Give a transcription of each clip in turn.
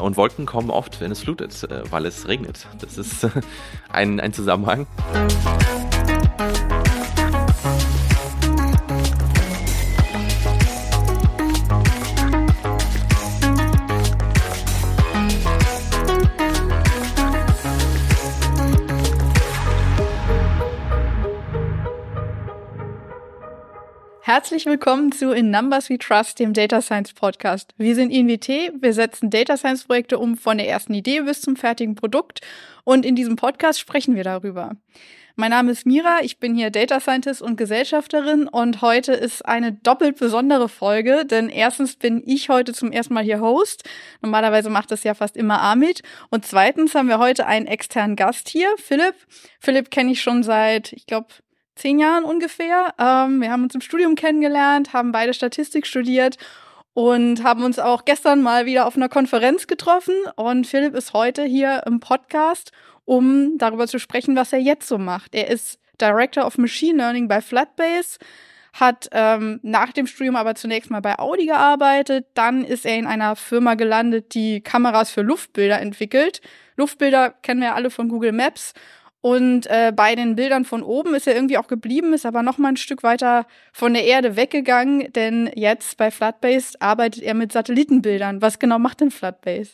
Und Wolken kommen oft, wenn es flutet, weil es regnet. Das ist ein Zusammenhang. Herzlich willkommen zu In Numbers We Trust, dem Data Science Podcast. Wir sind INWT, wir setzen Data Science Projekte um von der ersten Idee bis zum fertigen Produkt und in diesem Podcast sprechen wir darüber. Mein Name ist Mira, ich bin hier Data Scientist und Gesellschafterin und heute ist eine doppelt besondere Folge, denn erstens bin ich heute zum ersten Mal hier Host. Normalerweise macht das ja fast immer Amit. Und zweitens haben wir heute einen externen Gast hier, Philipp. Philipp kenne ich schon seit, 10 Jahren ungefähr. Wir haben uns im Studium kennengelernt, haben beide Statistik studiert und haben uns auch gestern mal wieder auf einer Konferenz getroffen. Und Philipp ist heute hier im Podcast, um darüber zu sprechen, was er jetzt so macht. Er ist Director of Machine Learning bei Floodbase, hat nach dem Studium aber zunächst mal bei Audi gearbeitet. Dann ist er in einer Firma gelandet, die Kameras für Luftbilder entwickelt. Luftbilder kennen wir ja alle von Google Maps. Und bei den Bildern von oben ist er irgendwie auch geblieben, ist aber noch mal ein Stück weiter von der Erde weggegangen, denn jetzt bei Floodbase arbeitet er mit Satellitenbildern. Was genau macht denn Floodbase?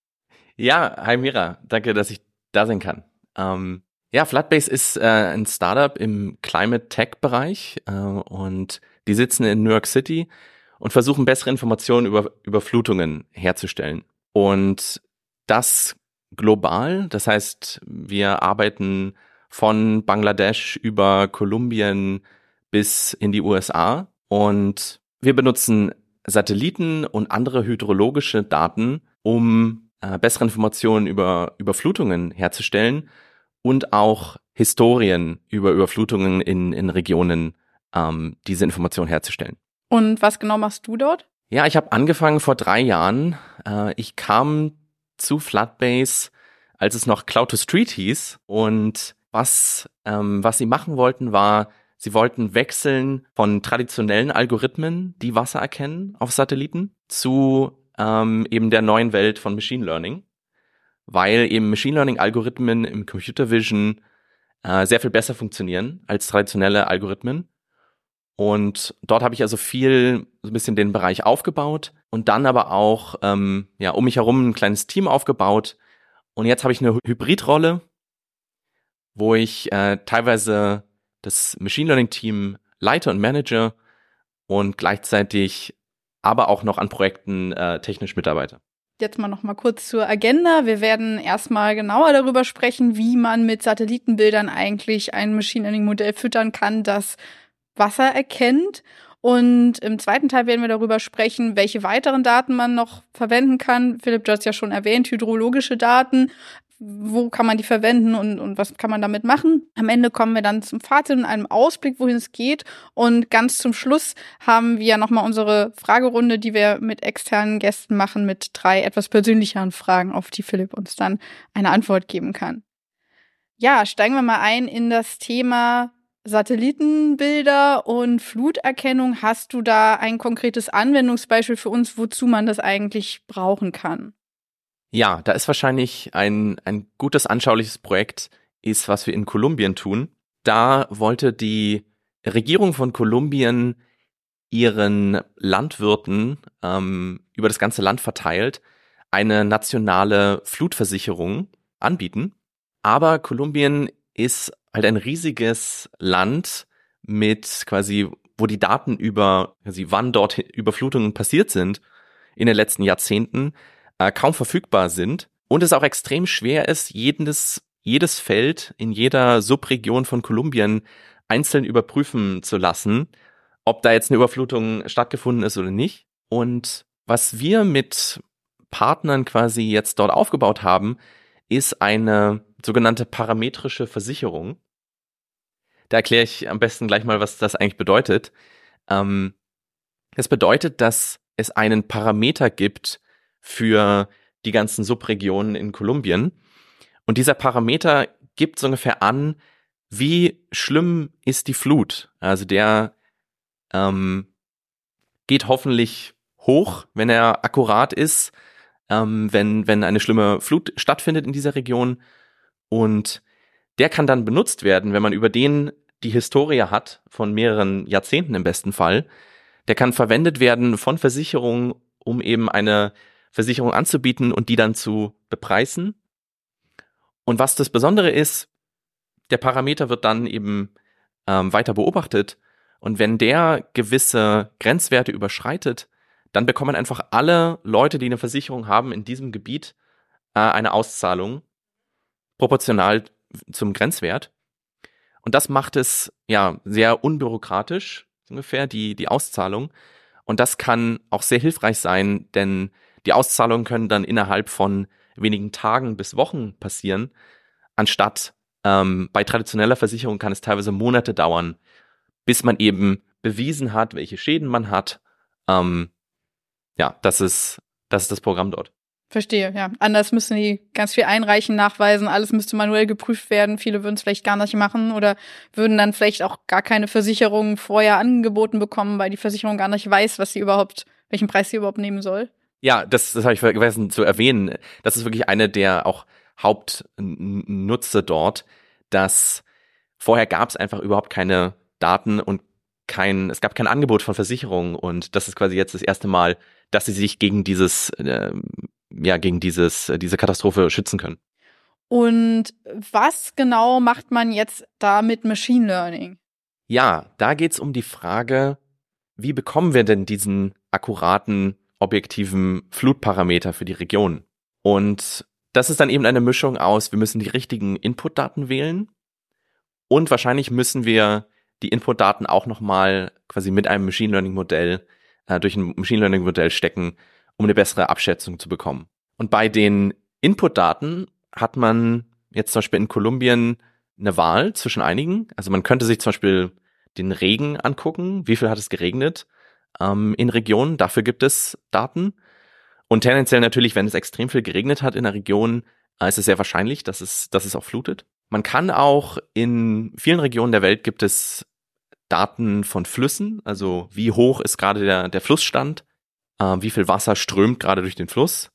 Ja, hi Mira, danke, dass ich da sein kann. Floodbase ist ein Startup im Climate Tech Bereich und die sitzen in New York City und versuchen bessere Informationen über Überflutungen herzustellen. Und das global, das heißt, wir arbeiten von Bangladesch über Kolumbien bis in die USA und wir benutzen Satelliten und andere hydrologische Daten, um bessere Informationen über Überflutungen herzustellen und auch Historien über Überflutungen in Regionen, diese Informationen herzustellen. Und was genau machst du dort? Ja, ich habe angefangen vor 3 Jahren. Ich kam zu Floodbase, als es noch Cloud to Street hieß. Und was sie machen wollten, war, sie wollten wechseln von traditionellen Algorithmen, die Wasser erkennen auf Satelliten, zu eben der neuen Welt von Machine Learning, weil eben Machine Learning-Algorithmen im Computer Vision sehr viel besser funktionieren als traditionelle Algorithmen. Und dort habe ich also so ein bisschen den Bereich aufgebaut und dann aber auch um mich herum ein kleines Team aufgebaut. Und jetzt habe ich eine Hybridrolle, wo ich teilweise das Machine Learning Team leite und manage und gleichzeitig aber auch noch an Projekten technisch mitarbeite. Jetzt noch mal kurz zur Agenda. Wir werden erstmal genauer darüber sprechen, wie man mit Satellitenbildern eigentlich ein Machine Learning Modell füttern kann, das Wasser erkennt. Und im zweiten Teil werden wir darüber sprechen, welche weiteren Daten man noch verwenden kann. Philipp, du hast ja schon erwähnt, hydrologische Daten. Wo kann man die verwenden und was kann man damit machen? Am Ende kommen wir dann zum Fazit und einem Ausblick, wohin es geht. Und ganz zum Schluss haben wir nochmal unsere Fragerunde, die wir mit externen Gästen machen, mit 3 etwas persönlicheren Fragen, auf die Philipp uns dann eine Antwort geben kann. Ja, steigen wir mal ein in das Thema Satellitenbilder und Fluterkennung. Hast du da ein konkretes Anwendungsbeispiel für uns, wozu man das eigentlich brauchen kann? Ja, da ist wahrscheinlich ein gutes, anschauliches Projekt, ist, was wir in Kolumbien tun. Da wollte die Regierung von Kolumbien ihren Landwirten über das ganze Land verteilt eine nationale Flutversicherung anbieten. Aber Kolumbien ist halt ein riesiges Land mit quasi, wo die Daten über quasi wann dort Überflutungen passiert sind in den letzten Jahrzehnten kaum verfügbar sind und es auch extrem schwer ist, jedes Feld in jeder Subregion von Kolumbien einzeln überprüfen zu lassen, ob da jetzt eine Überflutung stattgefunden ist oder nicht. Und was wir mit Partnern quasi jetzt dort aufgebaut haben, ist eine sogenannte parametrische Versicherung. Da erkläre ich am besten gleich mal, was das eigentlich bedeutet. Das bedeutet, dass es einen Parameter gibt für die ganzen Subregionen in Kolumbien. Und dieser Parameter gibt so ungefähr an, wie schlimm ist die Flut. Also der geht hoffentlich hoch, wenn er akkurat ist. wenn eine schlimme Flut stattfindet in dieser Region. Und der kann dann benutzt werden, wenn man über den die Historie hat, von mehreren Jahrzehnten im besten Fall. Der kann verwendet werden von Versicherungen, um eben eine Versicherung anzubieten und die dann zu bepreisen. Und was das Besondere ist, der Parameter wird dann eben weiter beobachtet. Und wenn der gewisse Grenzwerte überschreitet, dann bekommen einfach alle Leute, die eine Versicherung haben in diesem Gebiet, eine Auszahlung proportional zum Grenzwert. Und das macht es ja sehr unbürokratisch, ungefähr, die Auszahlung. Und das kann auch sehr hilfreich sein, denn die Auszahlungen können dann innerhalb von wenigen Tagen bis Wochen passieren, anstatt bei traditioneller Versicherung kann es teilweise Monate dauern, bis man eben bewiesen hat, welche Schäden man hat. Das ist das Programm dort. Verstehe, ja. Anders müssen die ganz viel einreichen, nachweisen, alles müsste manuell geprüft werden. Viele würden es vielleicht gar nicht machen oder würden dann vielleicht auch gar keine Versicherung vorher angeboten bekommen, weil die Versicherung gar nicht weiß, welchen Preis sie überhaupt nehmen soll. Ja, das habe ich vergessen zu erwähnen. Das ist wirklich eine der auch Hauptnutze dort, dass vorher gab es einfach überhaupt keine Daten und es gab kein Angebot von Versicherungen und das ist quasi jetzt das erste Mal, dass sie sich gegen diese Katastrophe schützen können. Und was genau macht man jetzt da mit Machine Learning? Ja, da geht's um die Frage, wie bekommen wir denn diesen akkuraten, objektiven Flutparameter für die Region? Und das ist dann eben eine Mischung aus, wir müssen die richtigen Inputdaten wählen und wahrscheinlich müssen wir die Inputdaten auch nochmal quasi mit einem Machine Learning Modell, durch ein Machine Learning Modell stecken, um eine bessere Abschätzung zu bekommen. Und bei den Inputdaten hat man jetzt zum Beispiel in Kolumbien eine Wahl zwischen einigen. Also man könnte sich zum Beispiel den Regen angucken, wie viel hat es geregnet in Regionen, dafür gibt es Daten. Und tendenziell natürlich, wenn es extrem viel geregnet hat in einer Region, ist es sehr wahrscheinlich, dass es auch flutet. Man kann auch in vielen Regionen der Welt gibt es Daten von Flüssen, also wie hoch ist gerade der Flussstand, wie viel Wasser strömt gerade durch den Fluss.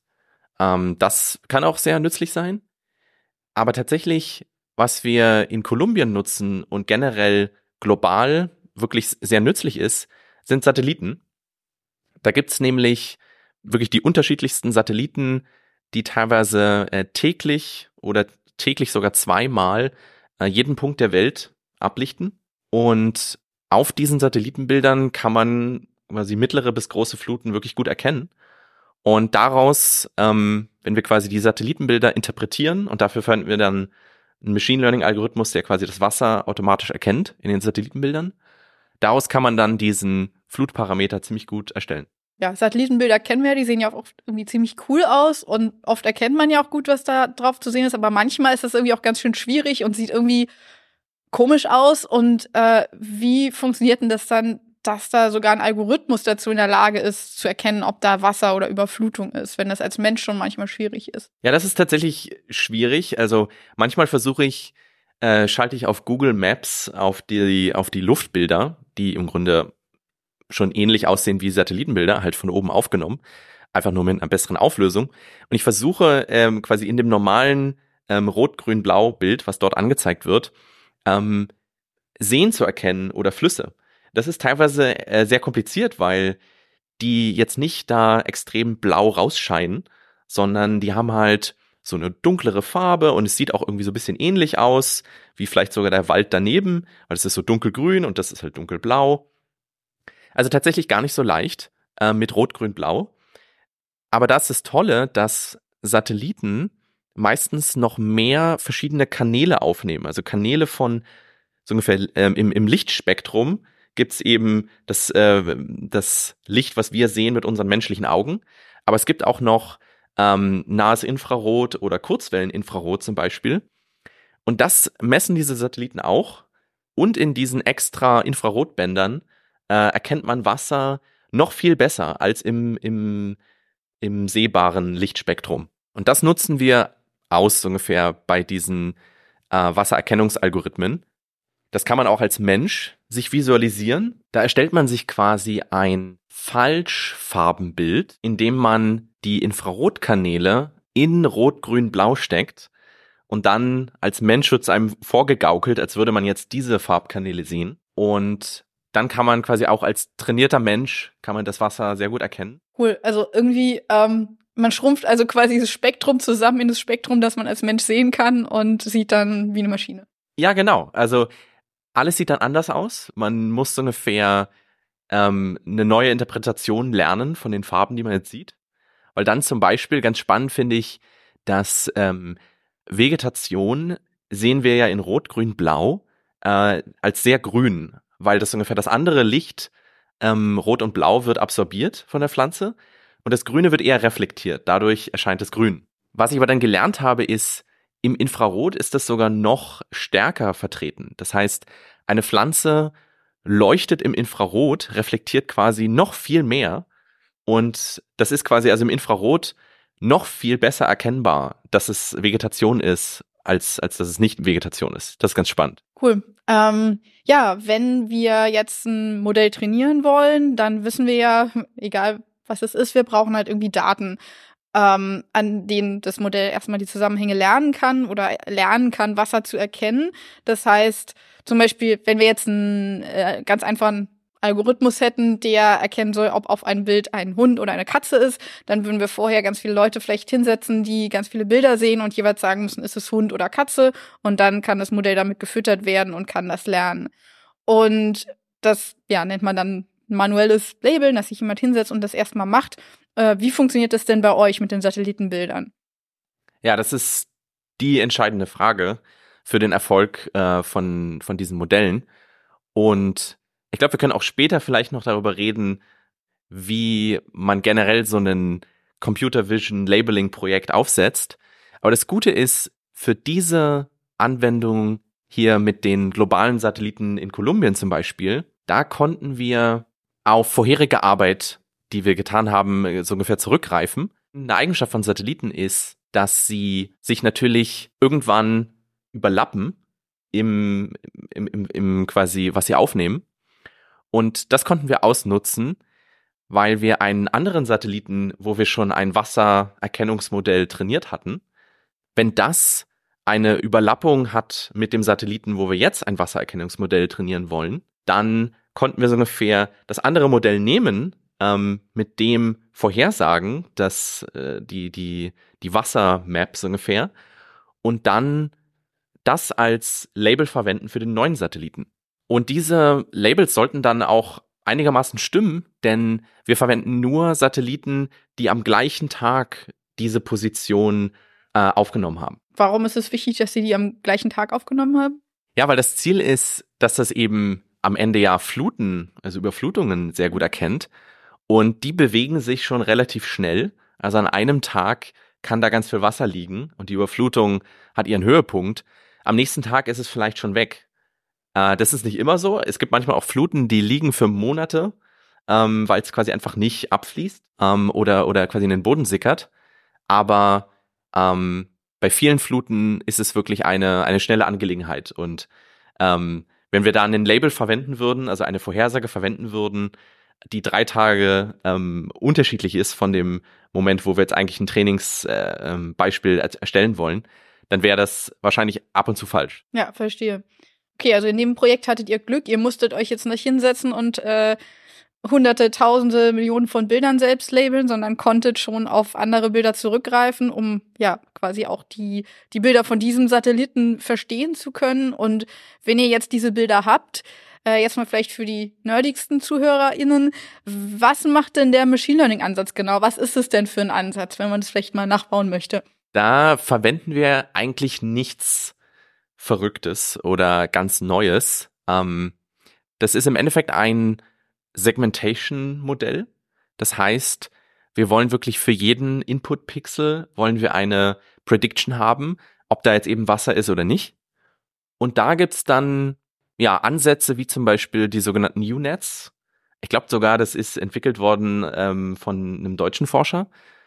Das kann auch sehr nützlich sein. Aber tatsächlich, was wir in Kolumbien nutzen und generell global wirklich sehr nützlich ist, sind Satelliten. Da gibt's nämlich wirklich die unterschiedlichsten Satelliten, die teilweise täglich oder täglich sogar zweimal jeden Punkt der Welt ablichten. Und auf diesen Satellitenbildern kann man quasi mittlere bis große Fluten wirklich gut erkennen. Und daraus, wenn wir quasi die Satellitenbilder interpretieren und dafür verwenden wir dann einen Machine Learning Algorithmus, der quasi das Wasser automatisch erkennt in den Satellitenbildern. Daraus kann man dann diesen Flutparameter ziemlich gut erstellen. Ja, Satellitenbilder kennen wir, die sehen ja auch oft irgendwie ziemlich cool aus und oft erkennt man ja auch gut, was da drauf zu sehen ist, aber manchmal ist das irgendwie auch ganz schön schwierig und sieht irgendwie komisch aus und wie funktioniert denn das dann, dass da sogar ein Algorithmus dazu in der Lage ist, zu erkennen, ob da Wasser oder Überflutung ist, wenn das als Mensch schon manchmal schwierig ist? Ja, das ist tatsächlich schwierig. Also manchmal schalte ich auf Google Maps auf die Luftbilder, die im Grunde schon ähnlich aussehen wie Satellitenbilder, halt von oben aufgenommen, einfach nur mit einer besseren Auflösung. Und ich versuche quasi in dem normalen Rot-Grün-Blau-Bild, was dort angezeigt wird, Seen zu erkennen oder Flüsse. Das ist teilweise sehr kompliziert, weil die jetzt nicht da extrem blau rausscheinen, sondern die haben halt so eine dunklere Farbe und es sieht auch irgendwie so ein bisschen ähnlich aus, wie vielleicht sogar der Wald daneben, weil es ist so dunkelgrün und das ist halt dunkelblau. Also tatsächlich gar nicht so leicht mit Rot, Grün, Blau. Aber das ist das Tolle, dass Satelliten meistens noch mehr verschiedene Kanäle aufnehmen. Also Kanäle von so ungefähr im Lichtspektrum gibt's eben das Licht, was wir sehen mit unseren menschlichen Augen. Aber es gibt auch noch nahes Infrarot oder Kurzwelleninfrarot zum Beispiel. Und das messen diese Satelliten auch. Und in diesen extra Infrarotbändern erkennt man Wasser noch viel besser als im sehbaren Lichtspektrum. Und das nutzen wir aus ungefähr bei diesen Wassererkennungsalgorithmen. Das kann man auch als Mensch sich visualisieren. Da erstellt man sich quasi ein Falschfarbenbild, indem man die Infrarotkanäle in Rot, Grün, Blau steckt und dann als Mensch wird es einem vorgegaukelt, als würde man jetzt diese Farbkanäle sehen. Und dann kann man quasi auch als trainierter Mensch, kann man das Wasser sehr gut erkennen. Cool, also irgendwie, man schrumpft also quasi das Spektrum zusammen in das Spektrum, das man als Mensch sehen kann und sieht dann wie eine Maschine. Ja, genau. Also alles sieht dann anders aus. Man muss so ungefähr eine neue Interpretation lernen von den Farben, die man jetzt sieht. Weil dann zum Beispiel, ganz spannend finde ich, dass Vegetation sehen wir ja in Rot, Grün, Blau als sehr grün, weil das ungefähr das andere Licht, Rot und Blau, wird absorbiert von der Pflanze und das Grüne wird eher reflektiert. Dadurch erscheint es grün. Was ich aber dann gelernt habe, ist, im Infrarot ist das sogar noch stärker vertreten. Das heißt, eine Pflanze leuchtet im Infrarot, reflektiert quasi noch viel mehr und das ist quasi also im Infrarot noch viel besser erkennbar, dass es Vegetation ist, als dass es nicht Vegetation ist. Das ist ganz spannend. Cool. Ja, wenn wir jetzt ein Modell trainieren wollen, dann wissen wir ja, egal was es ist, wir brauchen halt irgendwie Daten, an denen das Modell erstmal die Zusammenhänge lernen kann oder lernen kann, Wasser zu erkennen. Das heißt, zum Beispiel, wenn wir jetzt einen ganz einfachen Algorithmus hätten, der erkennen soll, ob auf einem Bild ein Hund oder eine Katze ist, dann würden wir vorher ganz viele Leute vielleicht hinsetzen, die ganz viele Bilder sehen und jeweils sagen müssen, ist es Hund oder Katze, und dann kann das Modell damit gefüttert werden und kann das lernen. Und das, ja, nennt man dann manuelles Labeln, dass sich jemand hinsetzt und das erstmal macht. Wie funktioniert das denn bei euch mit den Satellitenbildern? Ja, das ist die entscheidende Frage für den Erfolg von diesen Modellen. Und ich glaube, wir können auch später vielleicht noch darüber reden, wie man generell so einen Computer Vision Labeling Projekt aufsetzt. Aber das Gute ist, für diese Anwendung hier mit den globalen Satelliten in Kolumbien zum Beispiel, da konnten wir auf vorherige Arbeit, die wir getan haben, so ungefähr zurückgreifen. Eine Eigenschaft von Satelliten ist, dass sie sich natürlich irgendwann überlappen im quasi, was sie aufnehmen. Und das konnten wir ausnutzen, weil wir einen anderen Satelliten, wo wir schon ein Wassererkennungsmodell trainiert hatten, wenn das eine Überlappung hat mit dem Satelliten, wo wir jetzt ein Wassererkennungsmodell trainieren wollen, dann konnten wir so ungefähr das andere Modell nehmen, mit dem vorhersagen, dass die Wassermap so ungefähr, und dann das als Label verwenden für den neuen Satelliten. Und diese Labels sollten dann auch einigermaßen stimmen, denn wir verwenden nur Satelliten, die am gleichen Tag diese Position aufgenommen haben. Warum ist es wichtig, dass sie die am gleichen Tag aufgenommen haben? Ja, weil das Ziel ist, dass das eben am Ende ja Fluten, also Überflutungen sehr gut erkennt. Und die bewegen sich schon relativ schnell. Also an einem Tag kann da ganz viel Wasser liegen und die Überflutung hat ihren Höhepunkt. Am nächsten Tag ist es vielleicht schon weg. Das ist nicht immer so. Es gibt manchmal auch Fluten, die liegen für Monate, weil es quasi einfach nicht abfließt oder quasi in den Boden sickert. Aber bei vielen Fluten ist es wirklich eine schnelle Angelegenheit. Und wenn wir da ein Label verwenden würden, also eine Vorhersage verwenden würden, die 3 Tage unterschiedlich ist von dem Moment, wo wir jetzt eigentlich ein Trainingsbeispiel erstellen wollen, dann wäre das wahrscheinlich ab und zu falsch. Ja, verstehe. Okay, also in dem Projekt hattet ihr Glück, ihr musstet euch jetzt nicht hinsetzen und Hunderte, Tausende, Millionen von Bildern selbst labeln, sondern konntet schon auf andere Bilder zurückgreifen, um ja quasi auch die Bilder von diesem Satelliten verstehen zu können. Und wenn ihr jetzt diese Bilder habt, jetzt mal vielleicht für die nerdigsten ZuhörerInnen, was macht denn der Machine Learning-Ansatz genau? Was ist es denn für ein Ansatz, wenn man das vielleicht mal nachbauen möchte? Da verwenden wir eigentlich nichts Verrücktes oder ganz Neues. Das ist im Endeffekt ein Segmentation-Modell. Das heißt, wir wollen wirklich für jeden Input-Pixel wollen wir eine Prediction haben, ob da jetzt eben Wasser ist oder nicht. Und da gibt's dann ja Ansätze wie zum Beispiel die sogenannten U-Nets. Ich glaube sogar, das ist entwickelt worden von einem deutschen Forscher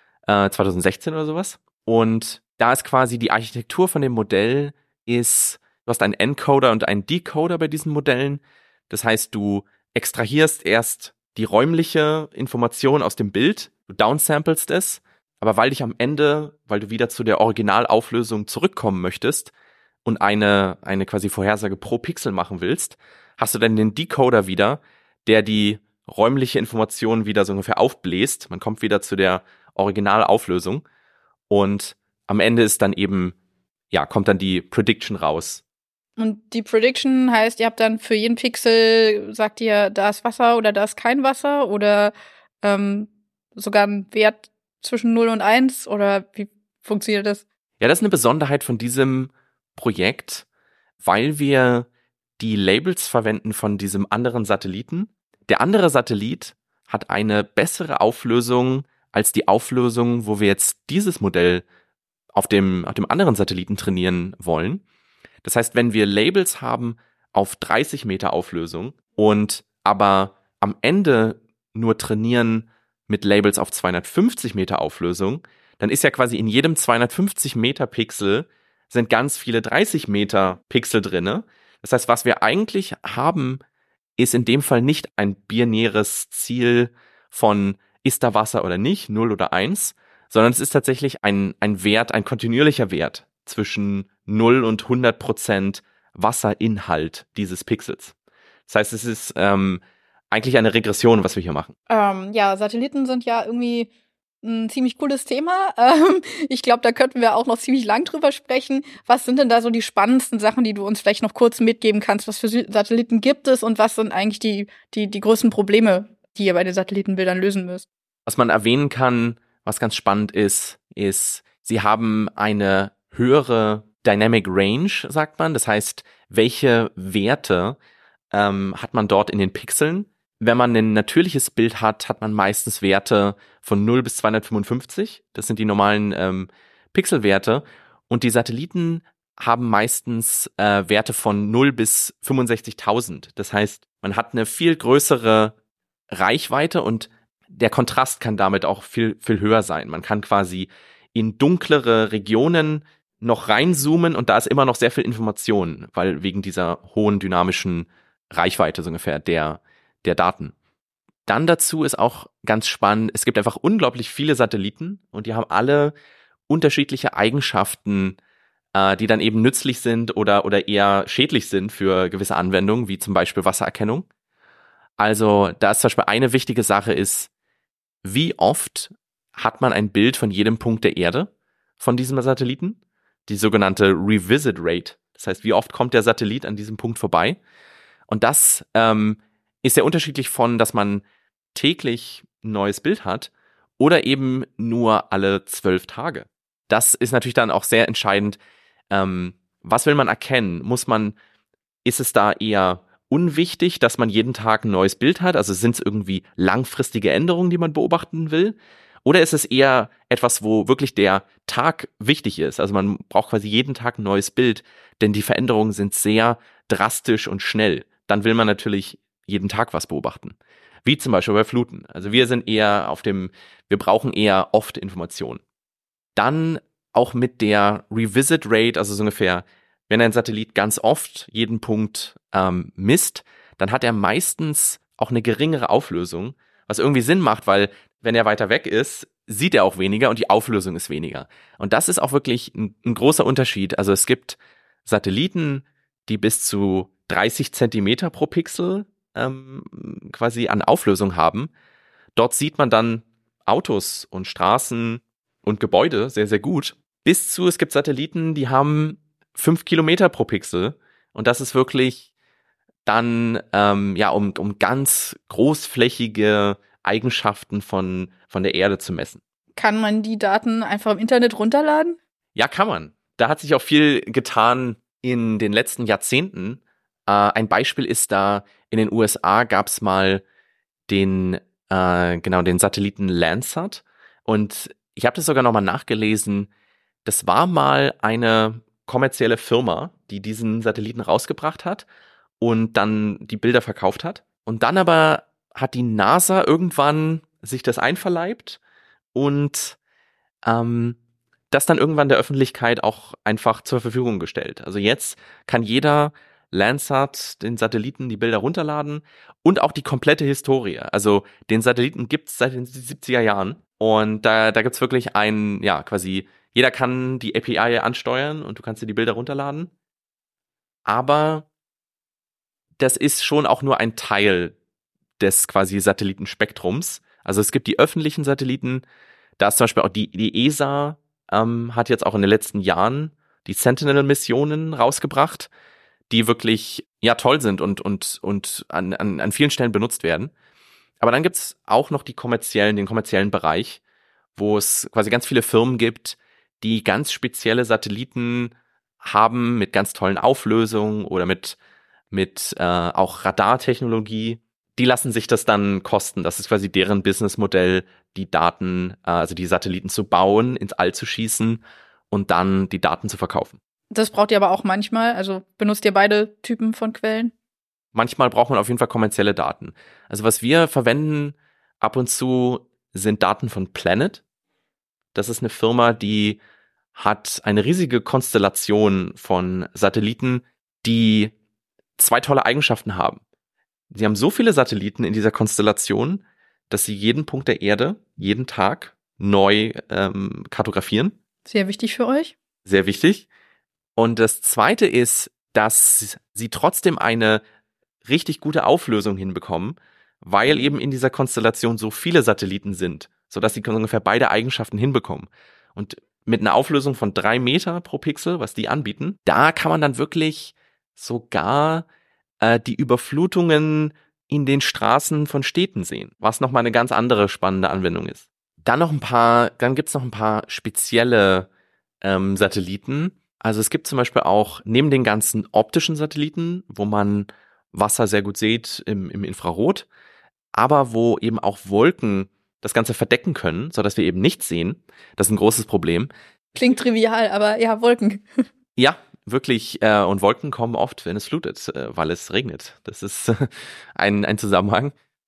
2016 oder sowas. Und da ist quasi die Architektur von dem Modell ist, du hast einen Encoder und einen Decoder bei diesen Modellen. Das heißt, du extrahierst erst die räumliche Information aus dem Bild, du downsamplest es Aber weil du wieder zu der Originalauflösung zurückkommen möchtest und eine quasi Vorhersage pro Pixel machen willst, hast du dann den Decoder wieder, der die räumliche Information wieder so ungefähr aufbläst. Man kommt wieder zu der Originalauflösung und am Ende ist dann eben, kommt dann die Prediction raus. Und die Prediction heißt, ihr habt dann für jeden Pixel, sagt ihr, da ist Wasser oder da ist kein Wasser oder sogar ein Wert zwischen 0 und 1 oder wie funktioniert das? Ja, das ist eine Besonderheit von diesem Projekt, weil wir die Labels verwenden von diesem anderen Satelliten. Der andere Satellit hat eine bessere Auflösung als die Auflösung, wo wir jetzt dieses Modell auf dem anderen Satelliten trainieren wollen. Das heißt, wenn wir Labels haben auf 30 Meter Auflösung und aber am Ende nur trainieren mit Labels auf 250 Meter Auflösung, dann ist ja quasi in jedem 250 Meter Pixel sind ganz viele 30 Meter Pixel drinne. Das heißt, was wir eigentlich haben, ist in dem Fall nicht ein binäres Ziel von ist da Wasser oder nicht, 0 oder 1, sondern es ist tatsächlich ein Wert, ein kontinuierlicher Wert zwischen 0 und 100% Wasserinhalt dieses Pixels. Das heißt, es ist eigentlich eine Regression, was wir hier machen. Satelliten sind ja irgendwie ein ziemlich cooles Thema. Ich glaube, da könnten wir auch noch ziemlich lang drüber sprechen. Was sind denn da so die spannendsten Sachen, die du uns vielleicht noch kurz mitgeben kannst? Was für Satelliten gibt es und was sind eigentlich die größten Probleme, die ihr bei den Satellitenbildern lösen müsst? Was man erwähnen kann, was ganz spannend ist, sie haben eine höhere Dynamic Range, sagt man. Das heißt, welche Werte hat man dort in den Pixeln? Wenn man ein natürliches Bild hat, hat man meistens Werte von 0 bis 255. Das sind die normalen Pixelwerte. Und die Satelliten haben meistens Werte von 0 bis 65.000. Das heißt, man hat eine viel größere Reichweite und der Kontrast kann damit auch viel, viel höher sein. Man kann quasi in dunklere Regionen noch reinzoomen und da ist immer noch sehr viel Information, weil wegen dieser hohen dynamischen Reichweite so ungefähr der Daten. Dann dazu ist auch ganz spannend, es gibt einfach unglaublich viele Satelliten und die haben alle unterschiedliche Eigenschaften, die dann eben nützlich sind oder eher schädlich sind für gewisse Anwendungen, wie zum Beispiel Wassererkennung. Also da ist zum Beispiel eine wichtige Sache ist, wie oft hat man ein Bild von jedem Punkt der Erde von diesem Satelliten? Die sogenannte Revisit Rate. Das heißt, wie oft kommt der Satellit an diesem Punkt vorbei? Und das ist sehr unterschiedlich von, dass man täglich ein neues Bild hat oder eben nur alle 12 Tage. Das ist natürlich dann auch sehr entscheidend. Was will man erkennen? Ist es da eher unwichtig, dass man jeden Tag ein neues Bild hat? Also sind es irgendwie langfristige Änderungen, die man beobachten will? Oder ist es eher etwas, wo wirklich der Tag wichtig ist? Also man braucht quasi jeden Tag ein neues Bild, denn die Veränderungen sind sehr drastisch und schnell. Dann will man natürlich jeden Tag was beobachten. Wie zum Beispiel bei Fluten. Also wir brauchen eher oft Informationen. Dann auch mit der Revisit Rate, also so ungefähr, wenn ein Satellit ganz oft jeden Punkt misst, dann hat er meistens auch eine geringere Auflösung, was irgendwie Sinn macht, weil wenn er weiter weg ist, sieht er auch weniger und die Auflösung ist weniger. Und das ist auch wirklich ein großer Unterschied. Also es gibt Satelliten, die bis zu 30 Zentimeter pro Pixel quasi an Auflösung haben. Dort sieht man dann Autos und Straßen und Gebäude sehr, sehr gut. Es gibt Satelliten, die haben 5 Kilometer pro Pixel. Und das ist wirklich dann, um ganz großflächige Eigenschaften von der Erde zu messen. Kann man die Daten einfach im Internet runterladen? Ja, kann man. Da hat sich auch viel getan in den letzten Jahrzehnten. Ein Beispiel ist da, in den USA gab es mal den Satelliten Landsat. Und ich habe das sogar nochmal nachgelesen. Das war mal eine kommerzielle Firma, die diesen Satelliten rausgebracht hat und dann die Bilder verkauft hat. Und dann aber hat die NASA irgendwann sich das einverleibt und das dann irgendwann der Öffentlichkeit auch einfach zur Verfügung gestellt. Also jetzt kann jeder Landsat, den Satelliten, die Bilder runterladen und auch die komplette Historie. Also den Satelliten gibt es seit den 70er Jahren Und da gibt's wirklich quasi, jeder kann die API ansteuern und du kannst dir die Bilder runterladen. Aber das ist schon auch nur ein Teil des quasi Satellitenspektrums. Also es gibt die öffentlichen Satelliten, da ist zum Beispiel auch die ESA hat jetzt auch in den letzten Jahren die Sentinel-Missionen rausgebracht, die wirklich toll sind und an vielen Stellen benutzt werden. Aber dann gibt's auch noch den kommerziellen Bereich, wo es quasi ganz viele Firmen gibt, die ganz spezielle Satelliten haben mit ganz tollen Auflösungen oder mit auch Radartechnologie. Die lassen sich das dann kosten. Das ist quasi deren Businessmodell, die Daten, also die Satelliten zu bauen, ins All zu schießen und dann die Daten zu verkaufen. Das braucht ihr aber auch manchmal. Also benutzt ihr beide Typen von Quellen? Manchmal braucht man auf jeden Fall kommerzielle Daten. Also was wir verwenden ab und zu sind Daten von Planet. Das ist eine Firma, die hat eine riesige Konstellation von Satelliten, die 2 tolle Eigenschaften haben. Sie haben so viele Satelliten in dieser Konstellation, dass sie jeden Punkt der Erde, jeden Tag neu kartografieren. Sehr wichtig für euch. Sehr wichtig. Und das Zweite ist, dass sie trotzdem eine richtig gute Auflösung hinbekommen, weil eben in dieser Konstellation so viele Satelliten sind, sodass sie ungefähr beide Eigenschaften hinbekommen. Und mit einer Auflösung von 3 Meter pro Pixel, was die anbieten, da kann man dann wirklich sogar die Überflutungen in den Straßen von Städten sehen, was nochmal eine ganz andere spannende Anwendung ist. Dann gibt's noch ein paar spezielle Satelliten. Also es gibt zum Beispiel auch neben den ganzen optischen Satelliten, wo man Wasser sehr gut sieht im Infrarot, aber wo eben auch Wolken das Ganze verdecken können, sodass wir eben nichts sehen. Das ist ein großes Problem. Klingt trivial, aber ja, Wolken. Ja, wirklich. Und Wolken kommen oft, wenn es flutet, weil es regnet. Das ist ein Zusammenhang.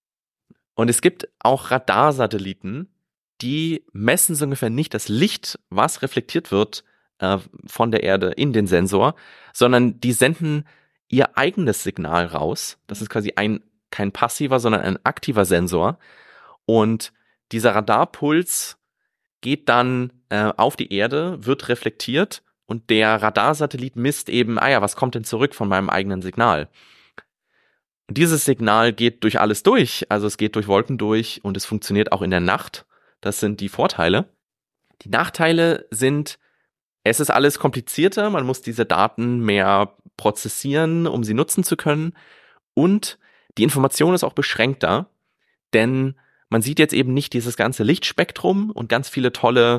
Und es gibt auch Radarsatelliten, die messen so ungefähr nicht das Licht, was reflektiert wird von der Erde in den Sensor, sondern die senden ihr eigenes Signal raus. Das ist quasi kein passiver, sondern ein aktiver Sensor. Und dieser Radarpuls geht dann auf die Erde, wird reflektiert und der Radarsatellit misst eben, was kommt denn zurück von meinem eigenen Signal? Und dieses Signal geht durch alles durch, also es geht durch Wolken durch und es funktioniert auch in der Nacht. Das sind die Vorteile. Die Nachteile sind, es ist alles komplizierter, man muss diese Daten mehr prozessieren, um sie nutzen zu können. Und die Information ist auch beschränkter, denn man sieht jetzt eben nicht dieses ganze Lichtspektrum und ganz viele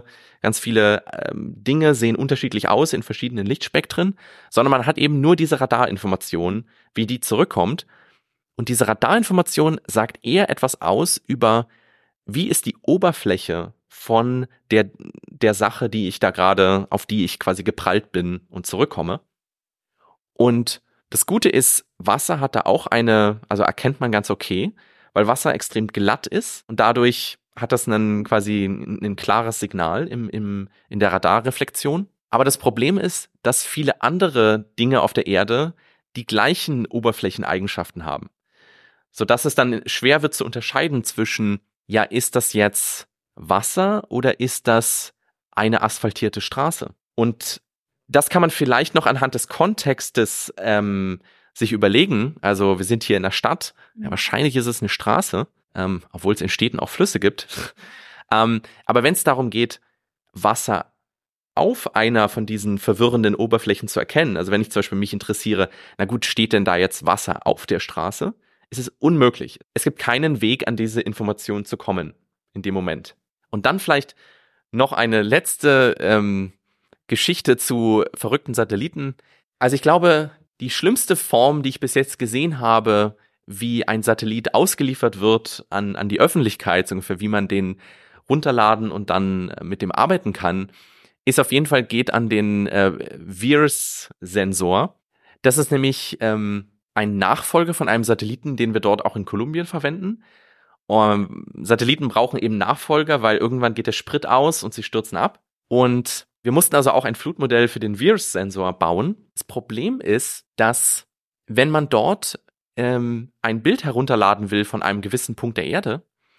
Dinge sehen unterschiedlich aus in verschiedenen Lichtspektren, sondern man hat eben nur diese Radarinformation, wie die zurückkommt. Und diese Radarinformation sagt eher etwas aus über, wie ist die Oberfläche von der Sache, auf die ich quasi geprallt bin und zurückkomme. Und das Gute ist, Wasser hat da auch also erkennt man ganz okay, weil Wasser extrem glatt ist und dadurch hat das quasi ein klares Signal in der Radarreflexion. Aber das Problem ist, dass viele andere Dinge auf der Erde die gleichen Oberflächeneigenschaften haben, sodass es dann schwer wird zu unterscheiden zwischen, ist das jetzt Wasser oder ist das eine asphaltierte Straße? Und das kann man vielleicht noch anhand des Kontextes sich überlegen. Also wir sind hier in der Stadt, wahrscheinlich ist es eine Straße, obwohl es in Städten auch Flüsse gibt. Aber wenn es darum geht, Wasser auf einer von diesen verwirrenden Oberflächen zu erkennen, also wenn ich zum Beispiel mich interessiere, na gut, steht denn da jetzt Wasser auf der Straße? Es ist unmöglich. Es gibt keinen Weg, an diese Information zu kommen in dem Moment. Und dann vielleicht noch eine letzte Geschichte zu verrückten Satelliten. Also ich glaube, die schlimmste Form, die ich bis jetzt gesehen habe, wie ein Satellit ausgeliefert wird an die Öffentlichkeit, so ungefähr wie man den runterladen und dann mit dem arbeiten kann, ist auf jeden Fall geht an den VIRS-Sensor. Das ist nämlich ein Nachfolger von einem Satelliten, den wir dort auch in Kolumbien verwenden. Satelliten brauchen eben Nachfolger, weil irgendwann geht der Sprit aus und sie stürzen ab. Und wir mussten also auch ein Flutmodell für den VIRS-Sensor bauen. Das Problem ist, dass wenn man dort ein Bild herunterladen will von einem gewissen Punkt der Erde,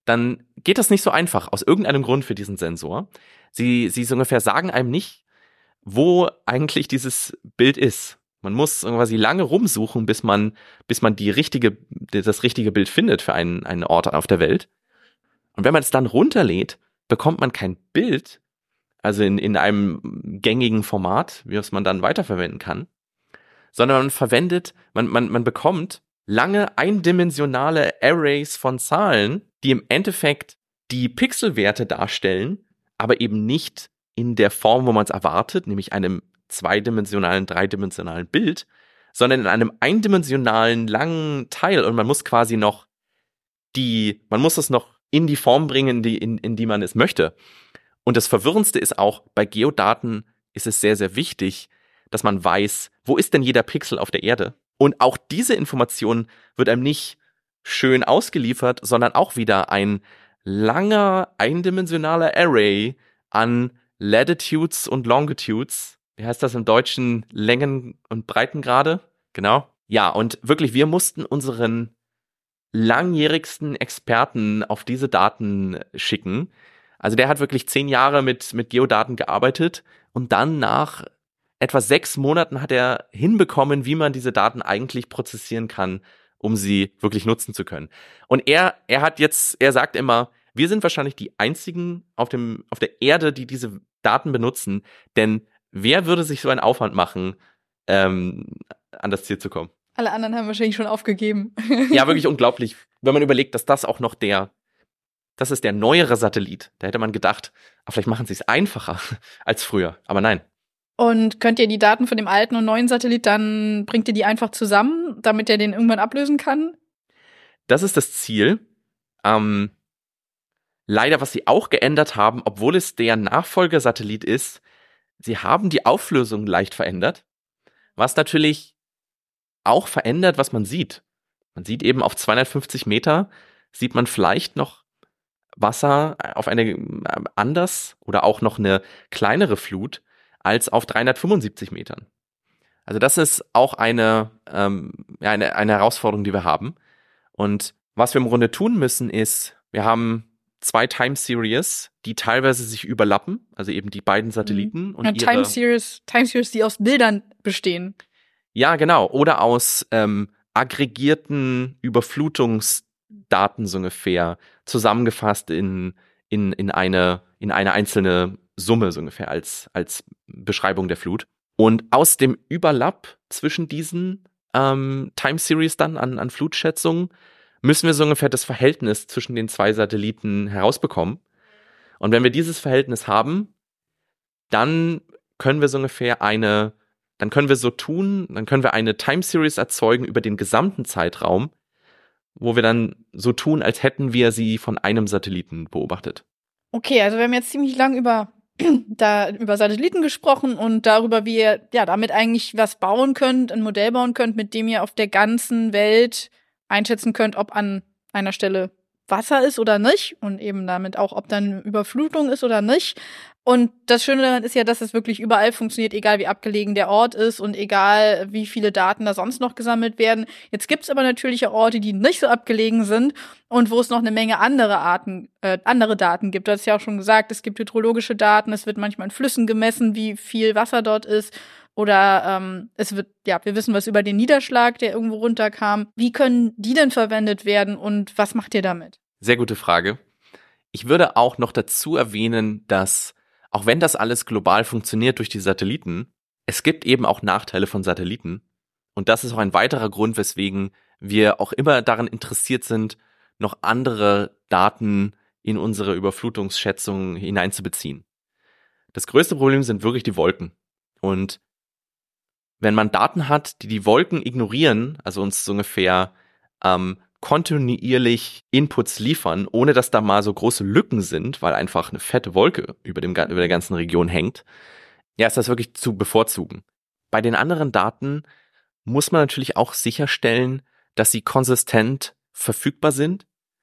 dann geht das nicht so einfach, aus irgendeinem Grund für diesen Sensor. Sie so ungefähr sagen einem nicht, wo eigentlich dieses Bild ist. Man muss quasi lange rumsuchen, bis man das richtige Bild findet für einen Ort auf der Welt. Und wenn man es dann runterlädt, bekommt man kein Bild, also in einem gängigen Format, wie es man dann weiterverwenden kann, sondern man bekommt lange eindimensionale Arrays von Zahlen, die im Endeffekt die Pixelwerte darstellen, aber eben nicht in der Form, wo man es erwartet, nämlich einem zweidimensionalen, dreidimensionalen Bild, sondern in einem eindimensionalen langen Teil. Und man muss quasi man muss es noch in die Form bringen, in die man es möchte. Und das Verwirrendste ist auch, bei Geodaten ist es sehr, sehr wichtig, dass man weiß, wo ist denn jeder Pixel auf der Erde? Und auch diese Information wird einem nicht schön ausgeliefert, sondern auch wieder ein langer, eindimensionaler Array an Latitudes und Longitudes. Wie heißt das im Deutschen? Längen- und Breitengrade? Genau. Ja, und wirklich, wir mussten unseren langjährigsten Experten auf diese Daten schicken. Also der hat wirklich 10 Jahre mit Geodaten gearbeitet und dann nach etwa 6 Monaten hat er hinbekommen, wie man diese Daten eigentlich prozessieren kann, um sie wirklich nutzen zu können. Und er sagt immer, wir sind wahrscheinlich die einzigen auf der Erde, die diese Daten benutzen, denn wer würde sich so einen Aufwand machen, an das Ziel zu kommen? Alle anderen haben wahrscheinlich schon aufgegeben. Ja, wirklich unglaublich, wenn man überlegt, dass das auch noch das ist der neuere Satellit. Da hätte man gedacht, vielleicht machen sie es einfacher als früher, aber nein. Und könnt ihr die Daten von dem alten und neuen Satellit, dann bringt ihr die einfach zusammen, damit er den irgendwann ablösen kann? Das ist das Ziel. Leider, was sie auch geändert haben, obwohl es der Nachfolgersatellit ist, sie haben die Auflösung leicht verändert, was natürlich auch verändert, was man sieht. Man sieht eben auf 250 Meter, sieht man vielleicht noch Wasser auf eine anders oder auch noch eine kleinere Flut als auf 375 Metern. Also das ist auch eine Herausforderung, die wir haben. Und was wir im Grunde tun müssen, ist, wir haben 2 Time Series, die teilweise sich überlappen, also eben die beiden Satelliten. Und Time Series, die aus Bildern bestehen. Ja, genau. Oder aus aggregierten Überflutungsdaten so ungefähr, zusammengefasst in eine einzelne Summe so ungefähr als Beschreibung der Flut. Und aus dem Überlapp zwischen diesen Time Series dann an Flutschätzungen müssen wir so ungefähr das Verhältnis zwischen den 2 Satelliten herausbekommen. Und wenn wir dieses Verhältnis haben, dann können wir dann können wir eine Time Series erzeugen über den gesamten Zeitraum, wo wir dann so tun, als hätten wir sie von einem Satelliten beobachtet. Okay, also wir haben jetzt ziemlich lang über Satelliten gesprochen und darüber, wie ihr damit eigentlich was bauen könnt, ein Modell bauen könnt, mit dem ihr auf der ganzen Welt einschätzen könnt, ob an einer Stelle Wasser ist oder nicht und eben damit auch, ob dann Überflutung ist oder nicht. Und das Schöne daran ist ja, dass es wirklich überall funktioniert, egal wie abgelegen der Ort ist und egal wie viele Daten da sonst noch gesammelt werden. Jetzt gibt's aber natürlich auch Orte, die nicht so abgelegen sind und wo es noch eine Menge andere Daten gibt. Du hast ja auch schon gesagt, es gibt hydrologische Daten, es wird manchmal in Flüssen gemessen, wie viel Wasser dort ist. Oder wir wissen was über den Niederschlag, der irgendwo runterkam. Wie können die denn verwendet werden und was macht ihr damit? Sehr gute Frage. Ich würde auch noch dazu erwähnen, dass, auch wenn das alles global funktioniert durch die Satelliten, es gibt eben auch Nachteile von Satelliten. Und das ist auch ein weiterer Grund, weswegen wir auch immer daran interessiert sind, noch andere Daten in unsere Überflutungsschätzung hineinzubeziehen. Das größte Problem sind wirklich die Wolken. Und wenn man Daten hat, die Wolken ignorieren, also uns so ungefähr kontinuierlich Inputs liefern, ohne dass da mal so große Lücken sind, weil einfach eine fette Wolke über der ganzen Region hängt, ist das wirklich zu bevorzugen. Bei den anderen Daten muss man natürlich auch sicherstellen, dass sie konsistent verfügbar sind.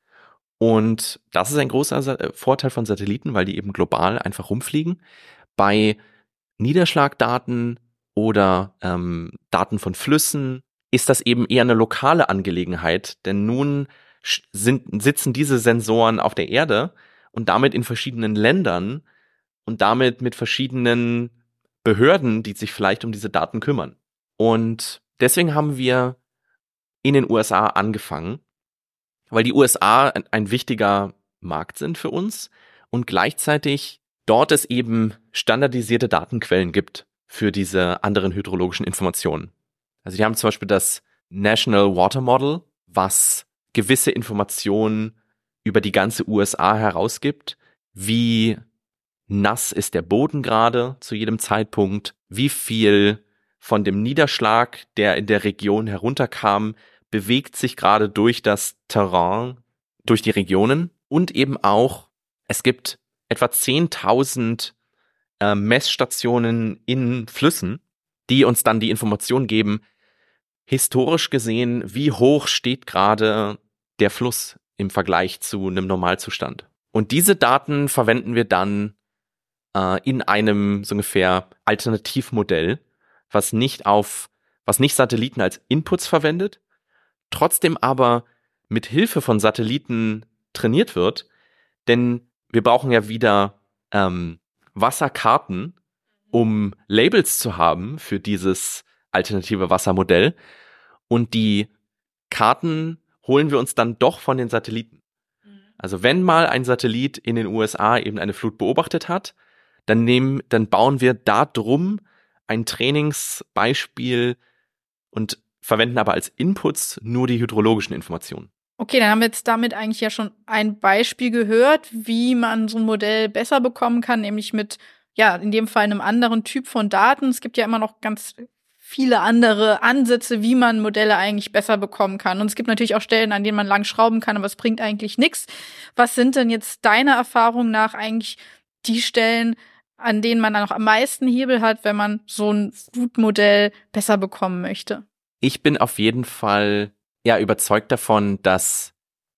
Und das ist ein großer Vorteil von Satelliten, weil die eben global einfach rumfliegen. Bei Niederschlagdaten oder Daten von Flüssen ist das eben eher eine lokale Angelegenheit, denn nun sitzen diese Sensoren auf der Erde und damit in verschiedenen Ländern und damit mit verschiedenen Behörden, die sich vielleicht um diese Daten kümmern. Und deswegen haben wir in den USA angefangen, weil die USA ein wichtiger Markt sind für uns und gleichzeitig dort es eben standardisierte Datenquellen gibt für diese anderen hydrologischen Informationen. Also die haben zum Beispiel das National Water Model, was gewisse Informationen über die ganze USA herausgibt, wie nass ist der Boden gerade zu jedem Zeitpunkt, wie viel von dem Niederschlag, der in der Region herunterkam, bewegt sich gerade durch das Terrain, durch die Regionen und eben auch, es gibt etwa 10.000 Messstationen in Flüssen, die uns dann die Information geben, historisch gesehen, wie hoch steht gerade der Fluss im Vergleich zu einem Normalzustand. Und diese Daten verwenden wir dann in einem so ungefähr Alternativmodell, was nicht Satelliten als Inputs verwendet, trotzdem aber mit Hilfe von Satelliten trainiert wird, denn wir brauchen ja wieder Wasserkarten, um Labels zu haben für dieses alternative Wassermodell. Und die Karten holen wir uns dann doch von den Satelliten. Also wenn mal ein Satellit in den USA eben eine Flut beobachtet hat, dann bauen wir da drum ein Trainingsbeispiel und verwenden aber als Inputs nur die hydrologischen Informationen. Okay, dann haben wir jetzt damit eigentlich ja schon ein Beispiel gehört, wie man so ein Modell besser bekommen kann, nämlich mit, ja, in dem Fall einem anderen Typ von Daten. Es gibt ja immer noch ganz viele andere Ansätze, wie man Modelle eigentlich besser bekommen kann. Und es gibt natürlich auch Stellen, an denen man lang schrauben kann, aber es bringt eigentlich nichts. Was sind denn jetzt deiner Erfahrung nach eigentlich die Stellen, an denen man dann auch am meisten Hebel hat, wenn man so ein Flutmodell besser bekommen möchte? Ich bin auf jeden Fall überzeugt davon, dass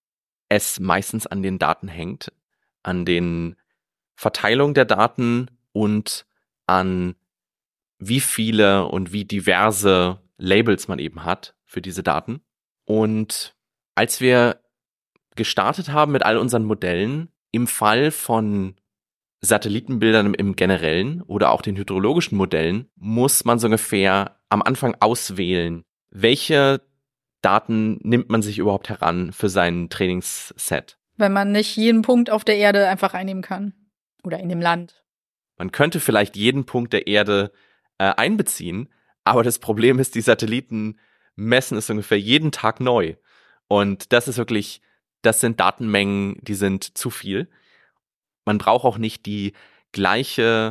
es meistens an den Daten hängt, an den Verteilung der Daten und an wie viele und wie diverse Labels man eben hat für diese Daten. Und als wir gestartet haben mit all unseren Modellen, im Fall von Satellitenbildern im Generellen oder auch den hydrologischen Modellen, muss man so ungefähr am Anfang auswählen, welche Daten nimmt man sich überhaupt heran für sein Trainingsset. Wenn man nicht jeden Punkt auf der Erde einfach einnehmen kann. Oder in dem Land. Man könnte vielleicht jeden Punkt der Erde einbeziehen, aber das Problem ist, die Satelliten messen es ungefähr jeden Tag neu. Und das sind Datenmengen, die sind zu viel. Man braucht auch nicht die gleiche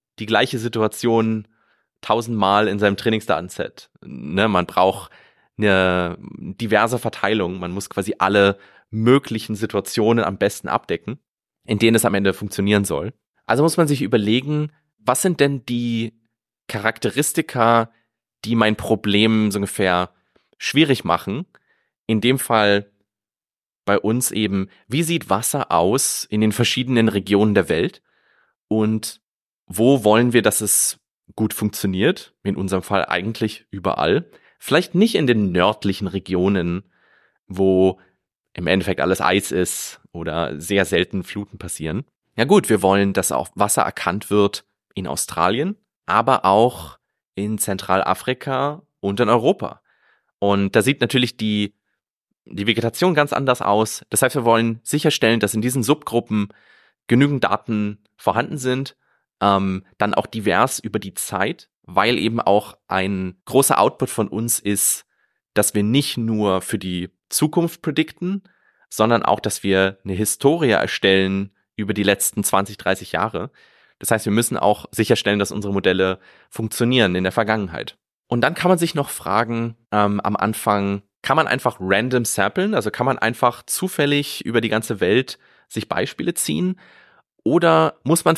Situation 1000-mal in seinem Trainingsdatenset. Ne, man braucht eine diverse Verteilung. Man muss quasi alle möglichen Situationen am besten abdecken, in denen es am Ende funktionieren soll. Also muss man sich überlegen, was sind denn die Charakteristika, die mein Problem so ungefähr schwierig machen? In dem Fall bei uns eben, wie sieht Wasser aus in den verschiedenen Regionen der Welt? Und wo wollen wir, dass es gut funktioniert? In unserem Fall eigentlich überall. Vielleicht nicht in den nördlichen Regionen, wo im Endeffekt alles Eis ist oder sehr selten Fluten passieren. Ja gut, wir wollen, dass auch Wasser erkannt wird in Australien, aber auch in Zentralafrika und in Europa. Und da sieht natürlich die Vegetation ganz anders aus. Das heißt, wir wollen sicherstellen, dass in diesen Subgruppen genügend Daten vorhanden sind, dann auch divers über die Zeit, weil eben auch ein großer Output von uns ist, dass wir nicht nur für die Zukunft predikten, sondern auch, dass wir eine Historie erstellen über die letzten 20, 30 Jahre. Das heißt, wir müssen auch sicherstellen, dass unsere Modelle funktionieren in der Vergangenheit. Und dann kann man sich noch fragen, am Anfang, kann man einfach random samplen? Also kann man einfach zufällig über die ganze Welt sich Beispiele ziehen? Oder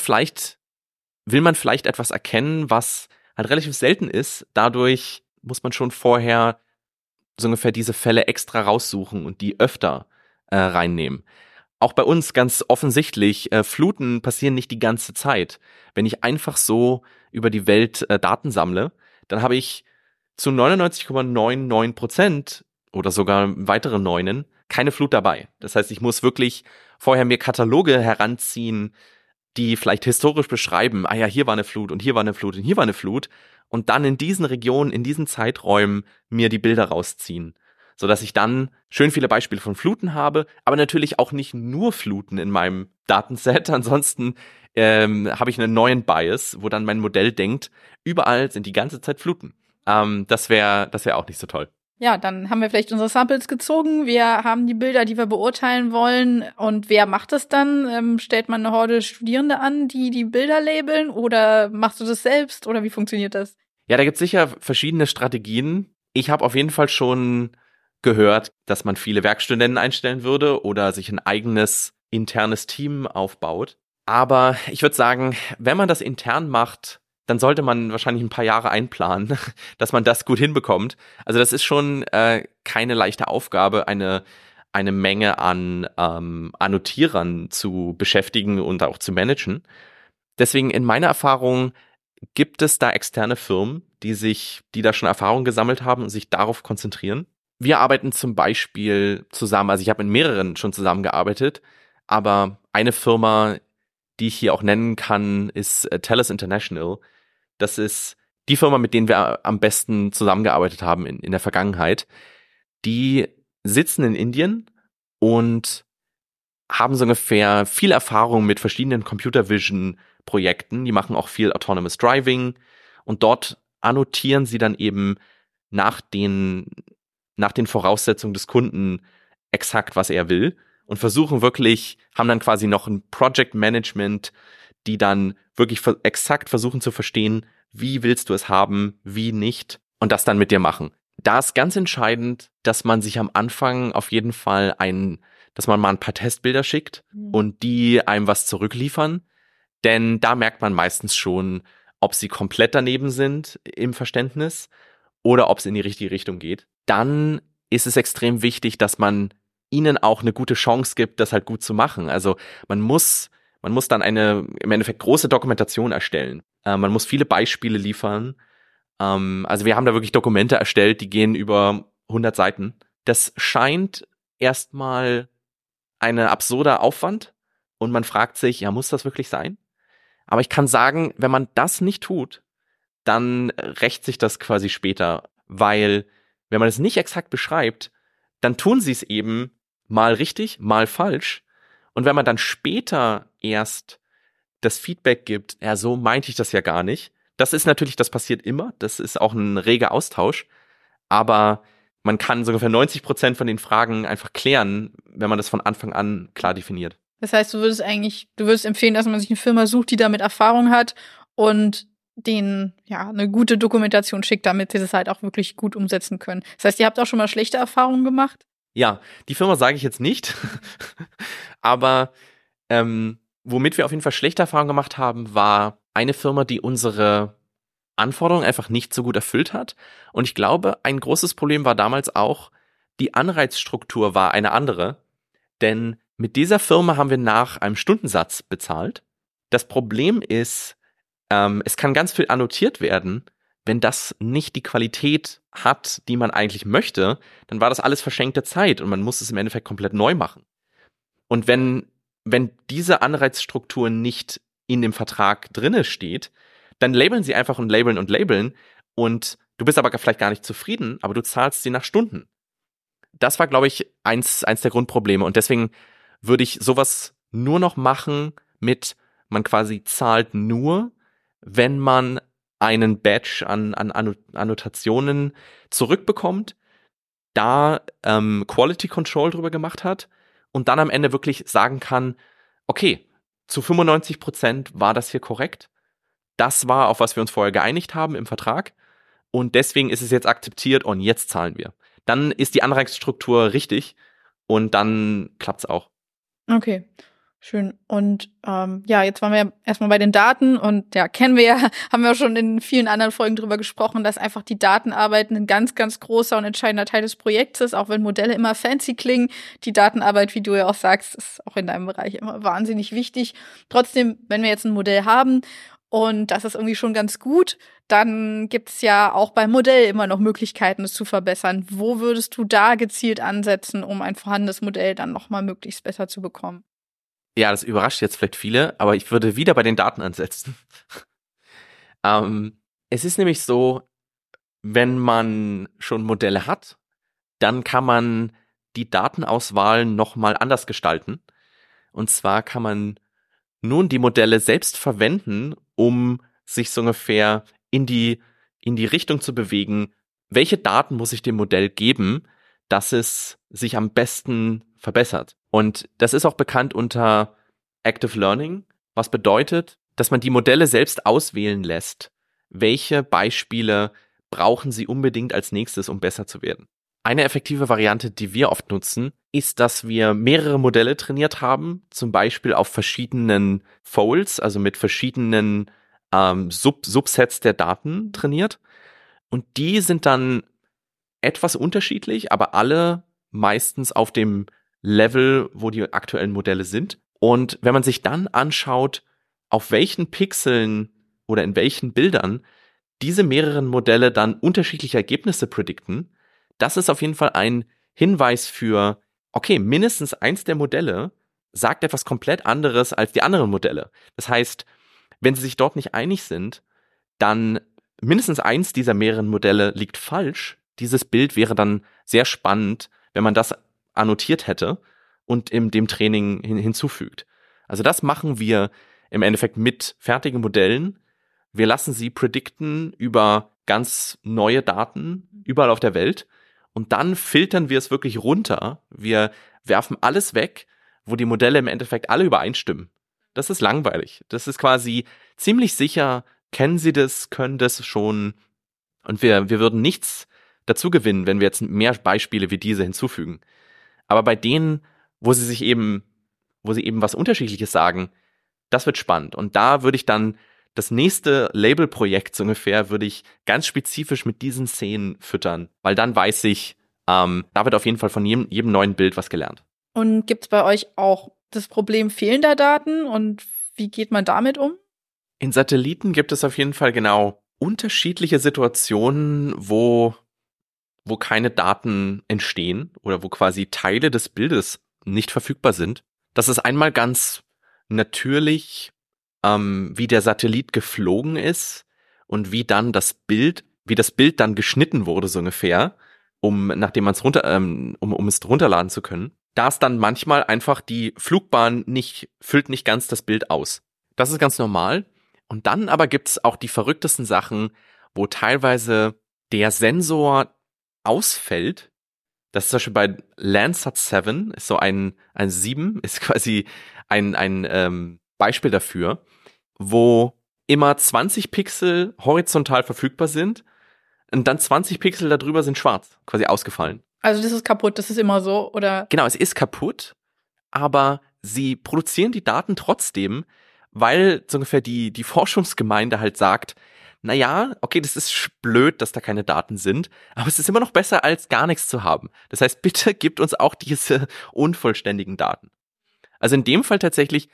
will man vielleicht etwas erkennen, was halt relativ selten ist? Dadurch muss man schon vorher so ungefähr diese Fälle extra raussuchen und die öfter reinnehmen. Auch bei uns ganz offensichtlich, Fluten passieren nicht die ganze Zeit. Wenn ich einfach so über die Welt Daten sammle, dann habe ich zu 99,99% oder sogar weitere Neunen keine Flut dabei. Das heißt, ich muss wirklich vorher mir Kataloge heranziehen, die vielleicht historisch beschreiben, ah ja, hier war eine Flut und hier war eine Flut und hier war eine Flut und dann in diesen Regionen, in diesen Zeiträumen mir die Bilder rausziehen, sodass ich dann schön viele Beispiele von Fluten habe, aber natürlich auch nicht nur Fluten in meinem Datenset, ansonsten habe ich einen neuen Bias, wo dann mein Modell denkt, überall sind die ganze Zeit Fluten. Das wär auch nicht so toll. Ja, dann haben wir vielleicht unsere Samples gezogen. Wir haben die Bilder, die wir beurteilen wollen. Und wer macht das dann? Stellt man eine Horde Studierende an, die die Bilder labeln? Oder machst du das selbst? Oder wie funktioniert das? Ja, da gibt's sicher verschiedene Strategien. Ich habe auf jeden Fall schon gehört, dass man viele Werkstudenten einstellen würde oder sich ein eigenes internes Team aufbaut. Aber ich würde sagen, wenn man das intern macht, dann sollte man wahrscheinlich ein paar Jahre einplanen, dass man das gut hinbekommt. Also das ist schon keine leichte Aufgabe, eine Menge an Annotierern zu beschäftigen und auch zu managen. Deswegen in meiner Erfahrung gibt es da externe Firmen, die da schon Erfahrung gesammelt haben und sich darauf konzentrieren. Wir arbeiten zum Beispiel zusammen, also ich habe mit mehreren schon zusammengearbeitet, aber eine Firma, die ich hier auch nennen kann, ist TELUS International. Das ist die Firma, mit denen wir am besten zusammengearbeitet haben in der Vergangenheit. Die sitzen in Indien und haben so ungefähr viel Erfahrung mit verschiedenen Computer Vision Projekten. Die machen auch viel Autonomous Driving und dort annotieren sie dann eben nach den Voraussetzungen des Kunden exakt, was er will und haben dann quasi noch ein Project Management, die dann wirklich exakt versuchen zu verstehen, wie willst du es haben, wie nicht und das dann mit dir machen. Da ist ganz entscheidend, dass man sich am Anfang auf jeden Fall dass man mal ein paar Testbilder schickt und die einem was zurückliefern, denn da merkt man meistens schon, ob sie komplett daneben sind im Verständnis oder ob es in die richtige Richtung geht. Dann ist es extrem wichtig, dass man ihnen auch eine gute Chance gibt, das halt gut zu machen. Also man muss dann eine im Endeffekt große Dokumentation erstellen. Man muss viele Beispiele liefern. Also wir haben da wirklich Dokumente erstellt, die gehen über 100 Seiten. Das scheint erstmal ein absurder Aufwand und man fragt sich, ja, muss das wirklich sein? Aber ich kann sagen, wenn man das nicht tut, dann rächt sich das quasi später, weil wenn man es nicht exakt beschreibt, dann tun sie es eben mal richtig, mal falsch. Und wenn man dann später erst das Feedback gibt, ja, so meinte ich das ja gar nicht. Das passiert immer, das ist auch ein reger Austausch, aber man kann so ungefähr 90% von den Fragen einfach klären, wenn man das von Anfang an klar definiert. Das heißt, du würdest empfehlen, dass man sich eine Firma sucht, die damit Erfahrung hat und denen eine gute Dokumentation schickt, damit sie das halt auch wirklich gut umsetzen können. Das heißt, ihr habt auch schon mal schlechte Erfahrungen gemacht? Ja, die Firma sage ich jetzt nicht, aber womit wir auf jeden Fall schlechte Erfahrungen gemacht haben, war eine Firma, die unsere Anforderungen einfach nicht so gut erfüllt hat. Und ich glaube, ein großes Problem war damals auch, die Anreizstruktur war eine andere, denn mit dieser Firma haben wir nach einem Stundensatz bezahlt. Das Problem ist, es kann ganz viel annotiert werden. Wenn das nicht die Qualität hat, die man eigentlich möchte, dann war das alles verschenkte Zeit und man muss es im Endeffekt komplett neu machen. Und wenn diese Anreizstruktur nicht in dem Vertrag drinne steht, dann labeln sie einfach und labeln und du bist aber vielleicht gar nicht zufrieden, aber du zahlst sie nach Stunden. Das war, glaube ich, eins der Grundprobleme und deswegen würde ich sowas nur noch machen man quasi zahlt nur, wenn man einen Badge an Annotationen zurückbekommt, da Quality Control drüber gemacht hat und dann am Ende wirklich sagen kann, okay, zu 95% war das hier korrekt. Das war, auf was wir uns vorher geeinigt haben im Vertrag und deswegen ist es jetzt akzeptiert und jetzt zahlen wir. Dann ist die Anreizstruktur richtig und dann klappt's auch. Okay, schön. Und jetzt waren wir erstmal bei den Daten und haben wir schon in vielen anderen Folgen drüber gesprochen, dass einfach die Datenarbeit ein ganz, ganz großer und entscheidender Teil des Projekts ist, auch wenn Modelle immer fancy klingen. Die Datenarbeit, wie du ja auch sagst, ist auch in deinem Bereich immer wahnsinnig wichtig. Trotzdem, wenn wir jetzt ein Modell haben und das ist irgendwie schon ganz gut, dann gibt's ja auch beim Modell immer noch Möglichkeiten, es zu verbessern. Wo würdest du da gezielt ansetzen, um ein vorhandenes Modell dann nochmal möglichst besser zu bekommen? Ja, das überrascht jetzt vielleicht viele, aber ich würde wieder bei den Daten ansetzen. Es ist nämlich so, wenn man schon Modelle hat, dann kann man die Datenauswahl nochmal anders gestalten. Und zwar kann man nun die Modelle selbst verwenden, um sich so ungefähr in die Richtung zu bewegen, welche Daten muss ich dem Modell geben, dass es sich am besten verbessert. Und das ist auch bekannt unter Active Learning, was bedeutet, dass man die Modelle selbst auswählen lässt, welche Beispiele brauchen sie unbedingt als nächstes, um besser zu werden. Eine effektive Variante, die wir oft nutzen, ist, dass wir mehrere Modelle trainiert haben, zum Beispiel auf verschiedenen Folds, also mit verschiedenen Subsets der Daten trainiert. Und die sind dann etwas unterschiedlich, aber alle meistens auf dem Level, wo die aktuellen Modelle sind. Und wenn man sich dann anschaut, auf welchen Pixeln oder in welchen Bildern diese mehreren Modelle dann unterschiedliche Ergebnisse predikten, das ist auf jeden Fall ein Hinweis für, okay, mindestens eins der Modelle sagt etwas komplett anderes als die anderen Modelle. Das heißt, wenn sie sich dort nicht einig sind, dann mindestens eins dieser mehreren Modelle liegt falsch. Dieses Bild wäre dann sehr spannend, wenn man das annotiert hätte und in dem Training hinzufügt. Also das machen wir im Endeffekt mit fertigen Modellen. Wir lassen sie predikten über ganz neue Daten überall auf der Welt und dann filtern wir es wirklich runter. Wir werfen alles weg, wo die Modelle im Endeffekt alle übereinstimmen. Das ist langweilig. Das ist quasi ziemlich sicher, kennen sie das, können das schon und wir würden nichts dazu gewinnen, wenn wir jetzt mehr Beispiele wie diese hinzufügen. Aber bei denen, wo sie eben was Unterschiedliches sagen, das wird spannend. Und da würde ich dann das nächste Label-Projekt so ungefähr würde ich ganz spezifisch mit diesen Szenen füttern, weil dann weiß ich, da wird auf jeden Fall von jedem neuen Bild was gelernt. Und gibt's bei euch auch das Problem fehlender Daten und wie geht man damit um? In Satelliten gibt es auf jeden Fall genau unterschiedliche Situationen, wo keine Daten entstehen oder wo quasi Teile des Bildes nicht verfügbar sind. Das ist einmal ganz natürlich, wie der Satellit geflogen ist und wie das Bild dann geschnitten wurde, so ungefähr, nachdem man es um es runterladen zu können. Da ist dann manchmal einfach die Flugbahn füllt nicht ganz das Bild aus. Das ist ganz normal. Und dann aber gibt's auch die verrücktesten Sachen, wo teilweise der Sensor ausfällt. Das ist zum Beispiel bei Landsat 7, ist so ein 7, ist quasi ein Beispiel dafür, wo immer 20 Pixel horizontal verfügbar sind und dann 20 Pixel darüber sind schwarz, quasi ausgefallen. Also das ist kaputt, das ist immer so, oder? Genau, es ist kaputt, aber sie produzieren die Daten trotzdem, weil so ungefähr die Forschungsgemeinde halt sagt, naja, okay, das ist blöd, dass da keine Daten sind, aber es ist immer noch besser, als gar nichts zu haben. Das heißt, bitte gebt uns auch diese unvollständigen Daten. Also in dem Fall tatsächlich,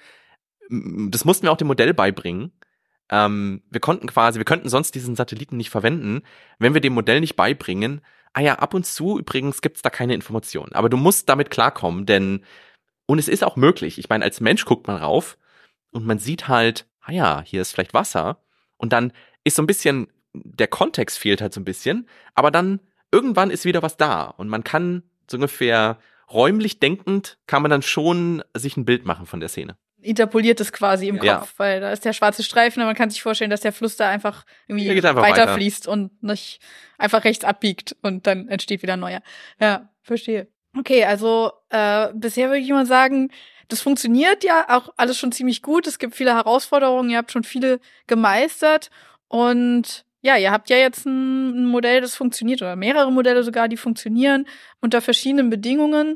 das mussten wir auch dem Modell beibringen. Wir könnten sonst diesen Satelliten nicht verwenden, wenn wir dem Modell nicht beibringen, ab und zu übrigens gibt's da keine Informationen. Aber du musst damit klarkommen, und es ist auch möglich. Ich meine, als Mensch guckt man rauf und man sieht halt, hier ist vielleicht Wasser und dann ist so ein bisschen, der Kontext fehlt halt so ein bisschen, aber dann irgendwann ist wieder was da und man kann so ungefähr räumlich denkend, kann man dann schon sich ein Bild machen von der Szene. Interpoliert es quasi im Kopf, weil da ist der schwarze Streifen und man kann sich vorstellen, dass der Fluss da einfach irgendwie weiterfließt und nicht einfach rechts abbiegt und dann entsteht wieder ein neuer. Ja, verstehe. Okay, also bisher würde ich mal sagen, das funktioniert ja auch alles schon ziemlich gut. Es gibt viele Herausforderungen, ihr habt schon viele gemeistert und ja, ihr habt ja jetzt ein Modell, das funktioniert oder mehrere Modelle sogar, die funktionieren unter verschiedenen Bedingungen.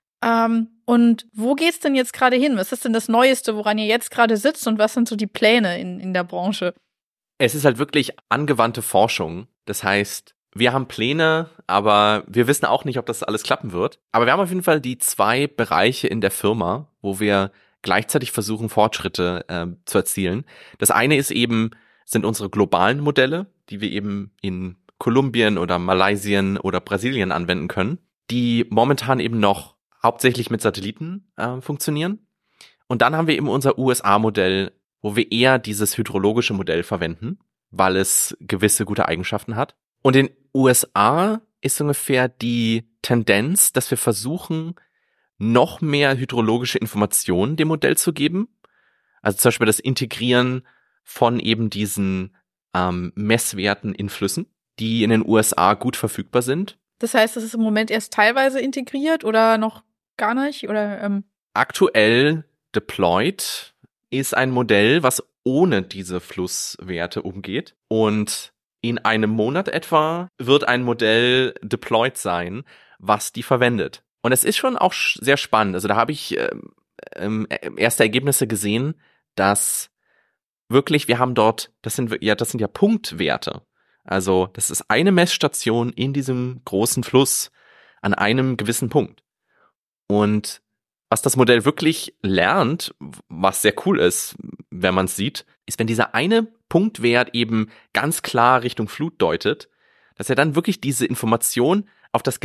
Und wo geht's denn jetzt gerade hin? Was ist denn das Neueste, woran ihr jetzt gerade sitzt und was sind so die Pläne in der Branche? Es ist halt wirklich angewandte Forschung. Das heißt, wir haben Pläne, aber wir wissen auch nicht, ob das alles klappen wird. Aber wir haben auf jeden Fall die 2 Bereiche in der Firma, wo wir gleichzeitig versuchen, Fortschritte zu erzielen. Das eine sind unsere globalen Modelle. die wir eben in Kolumbien oder Malaysia oder Brasilien anwenden können, die momentan eben noch hauptsächlich mit Satelliten funktionieren. Und dann haben wir eben unser USA-Modell, wo wir eher dieses hydrologische Modell verwenden, weil es gewisse gute Eigenschaften hat. Und in USA ist ungefähr die Tendenz, dass wir versuchen, noch mehr hydrologische Informationen dem Modell zu geben. Also zum Beispiel das Integrieren von eben diesen Messwerten in Flüssen, die in den USA gut verfügbar sind. Das heißt, das ist im Moment erst teilweise integriert oder noch gar nicht? Oder Aktuell deployed ist ein Modell, was ohne diese Flusswerte umgeht. Und in einem Monat etwa wird ein Modell deployed sein, was die verwendet. Und es ist schon auch sehr spannend. Also da habe ich erste Ergebnisse gesehen, dass wirklich, wir haben dort, das sind ja Punktwerte. Also das ist eine Messstation in diesem großen Fluss an einem gewissen Punkt. Und was das Modell wirklich lernt, was sehr cool ist, wenn man es sieht, ist, wenn dieser eine Punktwert eben ganz klar Richtung Flut deutet, dass er dann wirklich diese Information auf die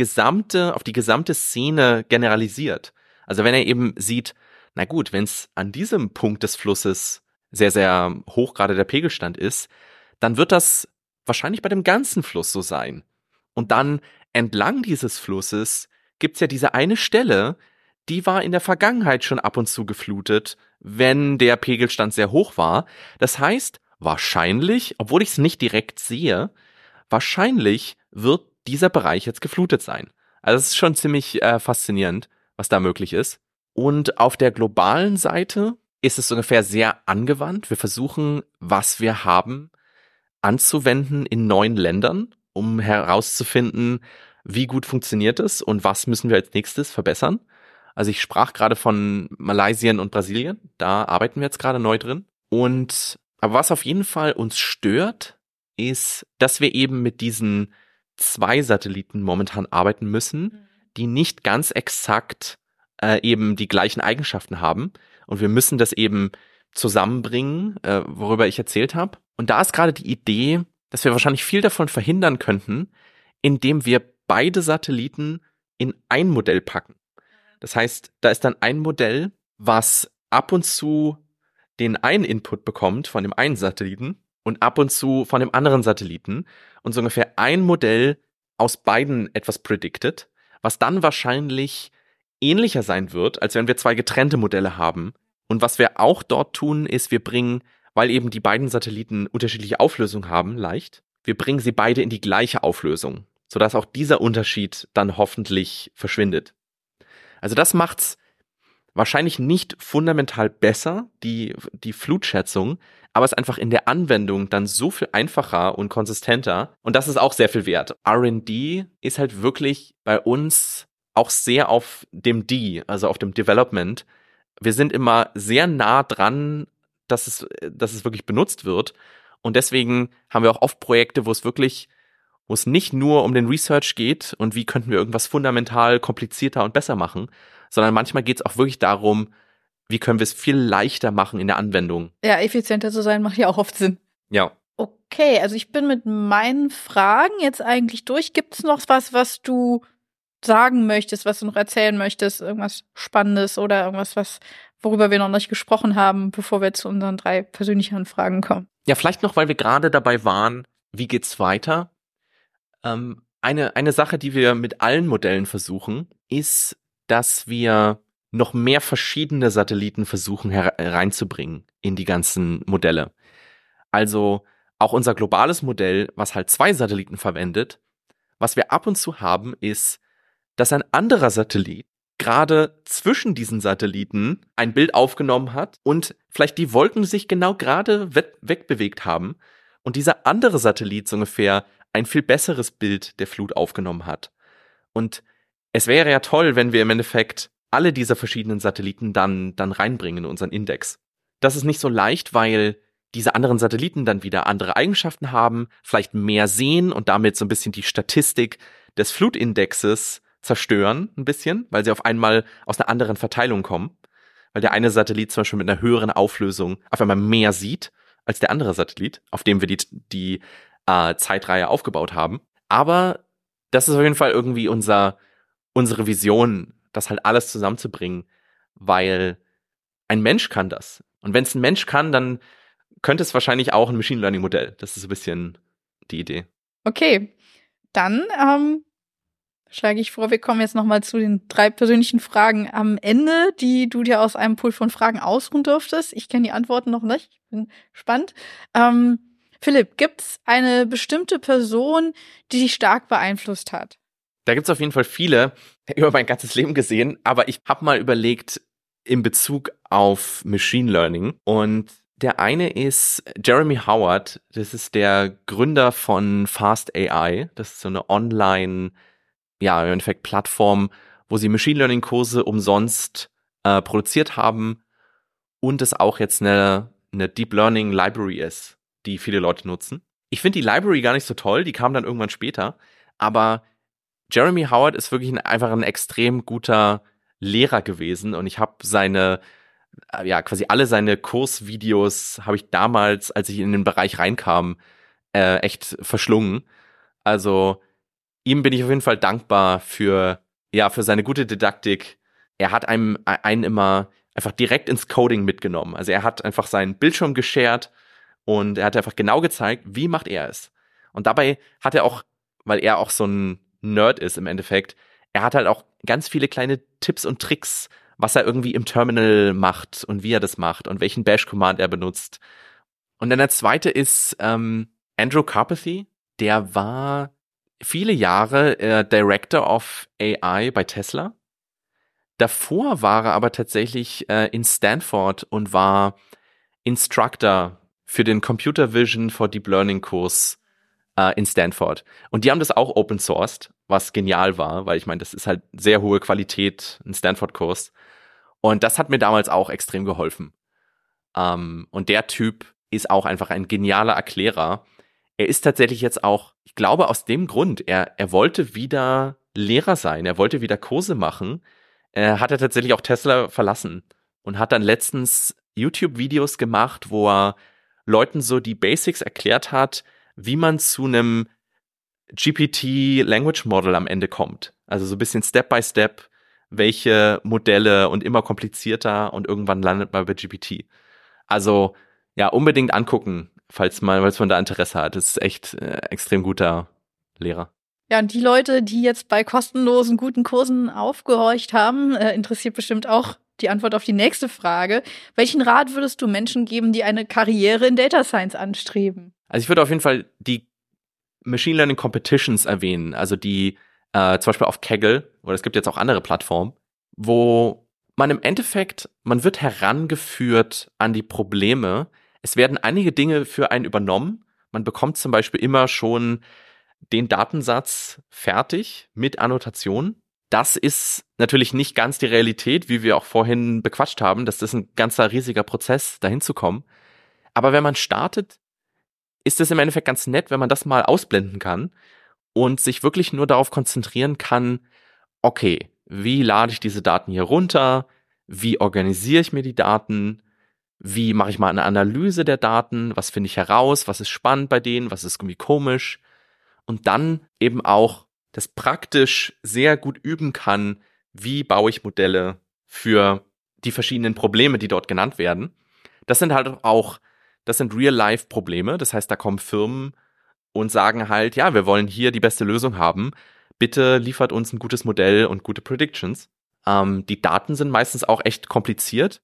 gesamte Szene generalisiert. Also wenn er eben sieht, na gut, wenn es an diesem Punkt des Flusses sehr, sehr hoch gerade der Pegelstand ist, dann wird das wahrscheinlich bei dem ganzen Fluss so sein. Und dann entlang dieses Flusses gibt's ja diese eine Stelle, die war in der Vergangenheit schon ab und zu geflutet, wenn der Pegelstand sehr hoch war. Das heißt, wahrscheinlich, obwohl ich es nicht direkt sehe, wahrscheinlich wird dieser Bereich jetzt geflutet sein. Also es ist schon ziemlich faszinierend, was da möglich ist. Und auf der globalen Seite ist es ungefähr sehr angewandt. Wir versuchen, was wir haben, anzuwenden in neuen Ländern, um herauszufinden, wie gut funktioniert es und was müssen wir als nächstes verbessern. Also ich sprach gerade von Malaysia und Brasilien, da arbeiten wir jetzt gerade neu drin. Aber was auf jeden Fall uns stört, ist, dass wir eben mit diesen 2 Satelliten momentan arbeiten müssen, die nicht ganz exakt eben die gleichen Eigenschaften haben. Und wir müssen das eben zusammenbringen, worüber ich erzählt habe. Und da ist gerade die Idee, dass wir wahrscheinlich viel davon verhindern könnten, indem wir beide Satelliten in ein Modell packen. Das heißt, da ist dann ein Modell, was ab und zu den einen Input bekommt von dem einen Satelliten und ab und zu von dem anderen Satelliten und so ungefähr ein Modell aus beiden etwas predicted, was dann wahrscheinlich ähnlicher sein wird, als wenn wir 2 getrennte Modelle haben. Und was wir auch dort tun, ist, wir bringen, weil eben die beiden Satelliten unterschiedliche Auflösung haben, wir bringen sie beide in die gleiche Auflösung, sodass auch dieser Unterschied dann hoffentlich verschwindet. Also das macht's wahrscheinlich nicht fundamental besser, die Flutschätzung, aber es ist einfach in der Anwendung dann so viel einfacher und konsistenter und das ist auch sehr viel wert. R&D ist halt wirklich bei uns auch sehr auf dem also auf dem Development. Wir sind immer sehr nah dran, dass es wirklich benutzt wird und deswegen haben wir auch oft Projekte, wo es nicht nur um den Research geht und wie könnten wir irgendwas fundamental komplizierter und besser machen, sondern manchmal geht es auch wirklich darum, wie können wir es viel leichter machen in der Anwendung. Ja, effizienter zu sein macht ja auch oft Sinn. Ja. Okay, also ich bin mit meinen Fragen jetzt eigentlich durch. Gibt es noch was du sagen möchtest, was du noch erzählen möchtest? Irgendwas Spannendes oder irgendwas, worüber wir noch nicht gesprochen haben, bevor wir zu unseren 3 persönlichen Fragen kommen? Ja, vielleicht noch, weil wir gerade dabei waren, wie geht's weiter? Eine Sache, die wir mit allen Modellen versuchen, ist, dass wir noch mehr verschiedene Satelliten versuchen reinzubringen in die ganzen Modelle. Also auch unser globales Modell, was halt 2 Satelliten verwendet, was wir ab und zu haben, ist, dass ein anderer Satellit gerade zwischen diesen Satelliten ein Bild aufgenommen hat und vielleicht die Wolken sich genau gerade wegbewegt haben und dieser andere Satellit so ungefähr ein viel besseres Bild der Flut aufgenommen hat. Und es wäre ja toll, wenn wir im Endeffekt alle dieser verschiedenen Satelliten dann reinbringen in unseren Index. Das ist nicht so leicht, weil diese anderen Satelliten dann wieder andere Eigenschaften haben, vielleicht mehr sehen und damit so ein bisschen die Statistik des Flutindexes zerstören ein bisschen, weil sie auf einmal aus einer anderen Verteilung kommen. Weil der eine Satellit zum Beispiel mit einer höheren Auflösung auf einmal mehr sieht als der andere Satellit, auf dem wir die Zeitreihe aufgebaut haben. Aber das ist auf jeden Fall irgendwie unsere Vision, das halt alles zusammenzubringen, weil ein Mensch kann das. Und wenn es ein Mensch kann, dann könnte es wahrscheinlich auch ein Machine Learning Modell. Das ist so ein bisschen die Idee. Okay, dann schlage ich vor, wir kommen jetzt nochmal zu den 3 persönlichen Fragen am Ende, die du dir aus einem Pool von Fragen ausruhen dürftest. Ich kenne die Antworten noch nicht, ich bin gespannt. Philipp, gibt's eine bestimmte Person, die dich stark beeinflusst hat? Da gibt's auf jeden Fall viele, über mein ganzes Leben gesehen, aber ich habe mal überlegt in Bezug auf Machine Learning, und der eine ist Jeremy Howard. Das ist der Gründer von Fast AI. Das ist so eine Online, ja, im Endeffekt Plattform, wo sie Machine Learning Kurse umsonst produziert haben und es auch jetzt eine Deep Learning Library ist, die viele Leute nutzen. Ich finde die Library gar nicht so toll, die kam dann irgendwann später, aber Jeremy Howard ist wirklich einfach ein extrem guter Lehrer gewesen, und ich habe quasi alle seine Kursvideos habe ich damals, als ich in den Bereich reinkam, echt verschlungen. Also ihm bin ich auf jeden Fall dankbar für seine gute Didaktik. Er hat einen immer einfach direkt ins Coding mitgenommen. Also er hat einfach seinen Bildschirm geshared und er hat einfach genau gezeigt, wie macht er es. Und dabei hat er auch, weil er auch so ein Nerd ist im Endeffekt, er hat halt auch ganz viele kleine Tipps und Tricks, was er irgendwie im Terminal macht und wie er das macht und welchen Bash-Command er benutzt. Und dann der zweite ist Andrew Karpathy. Der war viele Jahre Director of AI bei Tesla. Davor war er aber tatsächlich in Stanford und war Instructor für den Computer Vision for Deep Learning Kurs in Stanford. Und die haben das auch open sourced, was genial war, weil ich meine, das ist halt sehr hohe Qualität, ein Stanford-Kurs. Und das hat mir damals auch extrem geholfen. Und der Typ ist auch einfach ein genialer Erklärer. Er ist tatsächlich jetzt auch, ich glaube aus dem Grund, er wollte wieder Lehrer sein, er wollte wieder Kurse machen, hat er tatsächlich auch Tesla verlassen und hat dann letztens YouTube-Videos gemacht, wo er Leuten so die Basics erklärt hat, wie man zu einem GPT-Language-Model am Ende kommt. Also so ein bisschen Step by Step, welche Modelle, und immer komplizierter, und irgendwann landet man bei GPT. Also ja, unbedingt angucken, falls man da Interesse hat. Das ist echt extrem guter Lehrer. Ja, und die Leute, die jetzt bei kostenlosen, guten Kursen aufgehorcht haben, interessiert bestimmt auch die Antwort auf die nächste Frage. Welchen Rat würdest du Menschen geben, die eine Karriere in Data Science anstreben? Also ich würde auf jeden Fall die Machine Learning Competitions erwähnen, also die zum Beispiel auf Kaggle, oder es gibt jetzt auch andere Plattformen, wo man im Endeffekt, man wird herangeführt an die Probleme. Es werden einige Dinge für einen übernommen. Man bekommt zum Beispiel immer schon den Datensatz fertig mit Annotationen. Das ist natürlich nicht ganz die Realität, wie wir auch vorhin bequatscht haben. Das ist ein ganzer riesiger Prozess, dahin zu kommen. Aber wenn man startet, ist es im Endeffekt ganz nett, wenn man das mal ausblenden kann und sich wirklich nur darauf konzentrieren kann, okay, wie lade ich diese Daten hier runter? Wie organisiere ich mir die Daten? Wie mache ich mal eine Analyse der Daten? Was finde ich heraus? Was ist spannend bei denen? Was ist irgendwie komisch? Und dann eben auch das praktisch sehr gut üben kann, wie baue ich Modelle für die verschiedenen Probleme, die dort genannt werden. Das sind Real-Life-Probleme. Das heißt, da kommen Firmen und sagen halt, ja, wir wollen hier die beste Lösung haben. Bitte liefert uns ein gutes Modell und gute Predictions. Die Daten sind meistens auch echt kompliziert.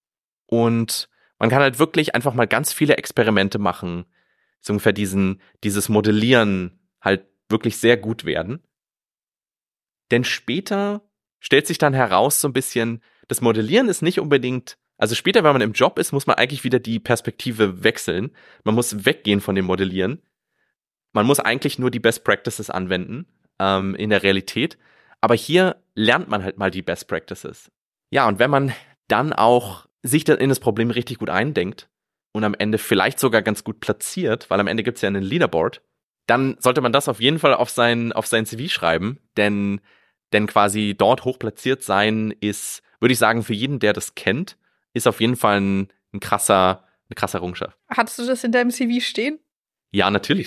Und man kann halt wirklich einfach mal ganz viele Experimente machen, so ungefähr dieses Modellieren halt wirklich sehr gut werden. Denn später stellt sich dann heraus so ein bisschen, das Modellieren ist nicht unbedingt, also später, wenn man im Job ist, muss man eigentlich wieder die Perspektive wechseln. Man muss weggehen von dem Modellieren. Man muss eigentlich nur die Best Practices anwenden in der Realität. Aber hier lernt man halt mal die Best Practices. Ja, und wenn man dann auch sich in das Problem richtig gut eindenkt und am Ende vielleicht sogar ganz gut platziert, weil am Ende gibt's ja einen Leaderboard, dann sollte man das auf jeden Fall auf sein CV schreiben, denn quasi dort hoch platziert sein ist, würde ich sagen, für jeden, der das kennt, ist auf jeden Fall eine krasse Errungenschaft. Hattest du das in deinem CV stehen? Ja, natürlich.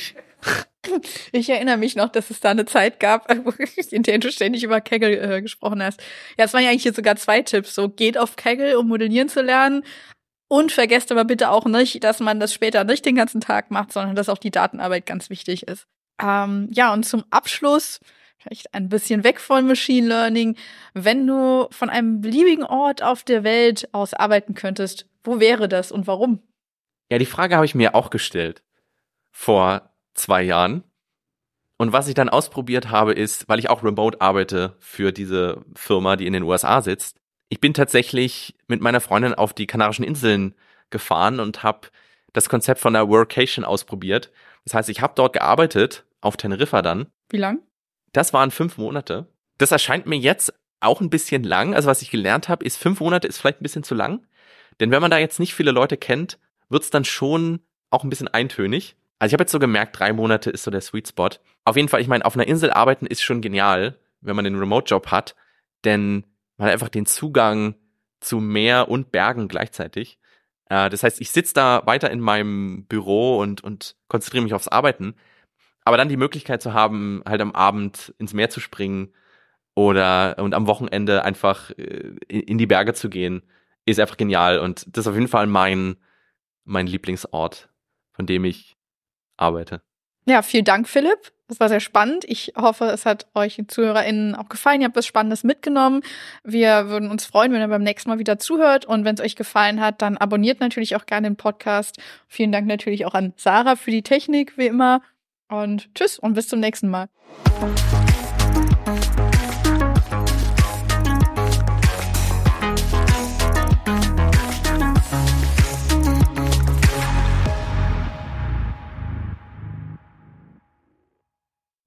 Ich erinnere mich noch, dass es da eine Zeit gab, in der du ständig über Kaggle gesprochen hast. Ja, es waren ja eigentlich hier sogar 2 Tipps. So, geht auf Kaggle, um modellieren zu lernen. Und vergesst aber bitte auch nicht, dass man das später nicht den ganzen Tag macht, sondern dass auch die Datenarbeit ganz wichtig ist. Ja, und zum Abschluss, vielleicht ein bisschen weg von Machine Learning. Wenn du von einem beliebigen Ort auf der Welt aus arbeiten könntest, wo wäre das und warum? Ja, die Frage habe ich mir auch gestellt vor 2 Jahren. Und was ich dann ausprobiert habe, ist, weil ich auch remote arbeite für diese Firma, die in den USA sitzt, ich bin tatsächlich mit meiner Freundin auf die Kanarischen Inseln gefahren und habe das Konzept von einer Workation ausprobiert. Das heißt, ich habe dort gearbeitet, auf Teneriffa dann. Wie lang? Das waren 5 Monate. Das erscheint mir jetzt auch ein bisschen lang. Also was ich gelernt habe, ist 5 Monate ist vielleicht ein bisschen zu lang. Denn wenn man da jetzt nicht viele Leute kennt, wird's dann schon auch ein bisschen eintönig. Also ich habe jetzt so gemerkt, 3 Monate ist so der Sweet Spot. Auf jeden Fall, ich meine, auf einer Insel arbeiten ist schon genial, wenn man den Remote-Job hat. Denn man hat einfach den Zugang zu Meer und Bergen gleichzeitig. Das heißt, ich sitze da weiter in meinem Büro und konzentriere mich aufs Arbeiten. Aber dann die Möglichkeit zu haben, halt am Abend ins Meer zu springen und am Wochenende einfach in die Berge zu gehen, ist einfach genial. Und das ist auf jeden Fall mein Lieblingsort, von dem ich arbeite. Ja, vielen Dank, Philipp. Das war sehr spannend. Ich hoffe, es hat euch ZuhörerInnen auch gefallen. Ihr habt was Spannendes mitgenommen. Wir würden uns freuen, wenn ihr beim nächsten Mal wieder zuhört. Und wenn es euch gefallen hat, dann abonniert natürlich auch gerne den Podcast. Vielen Dank natürlich auch an Sarah für die Technik, wie immer. Und tschüss und bis zum nächsten Mal.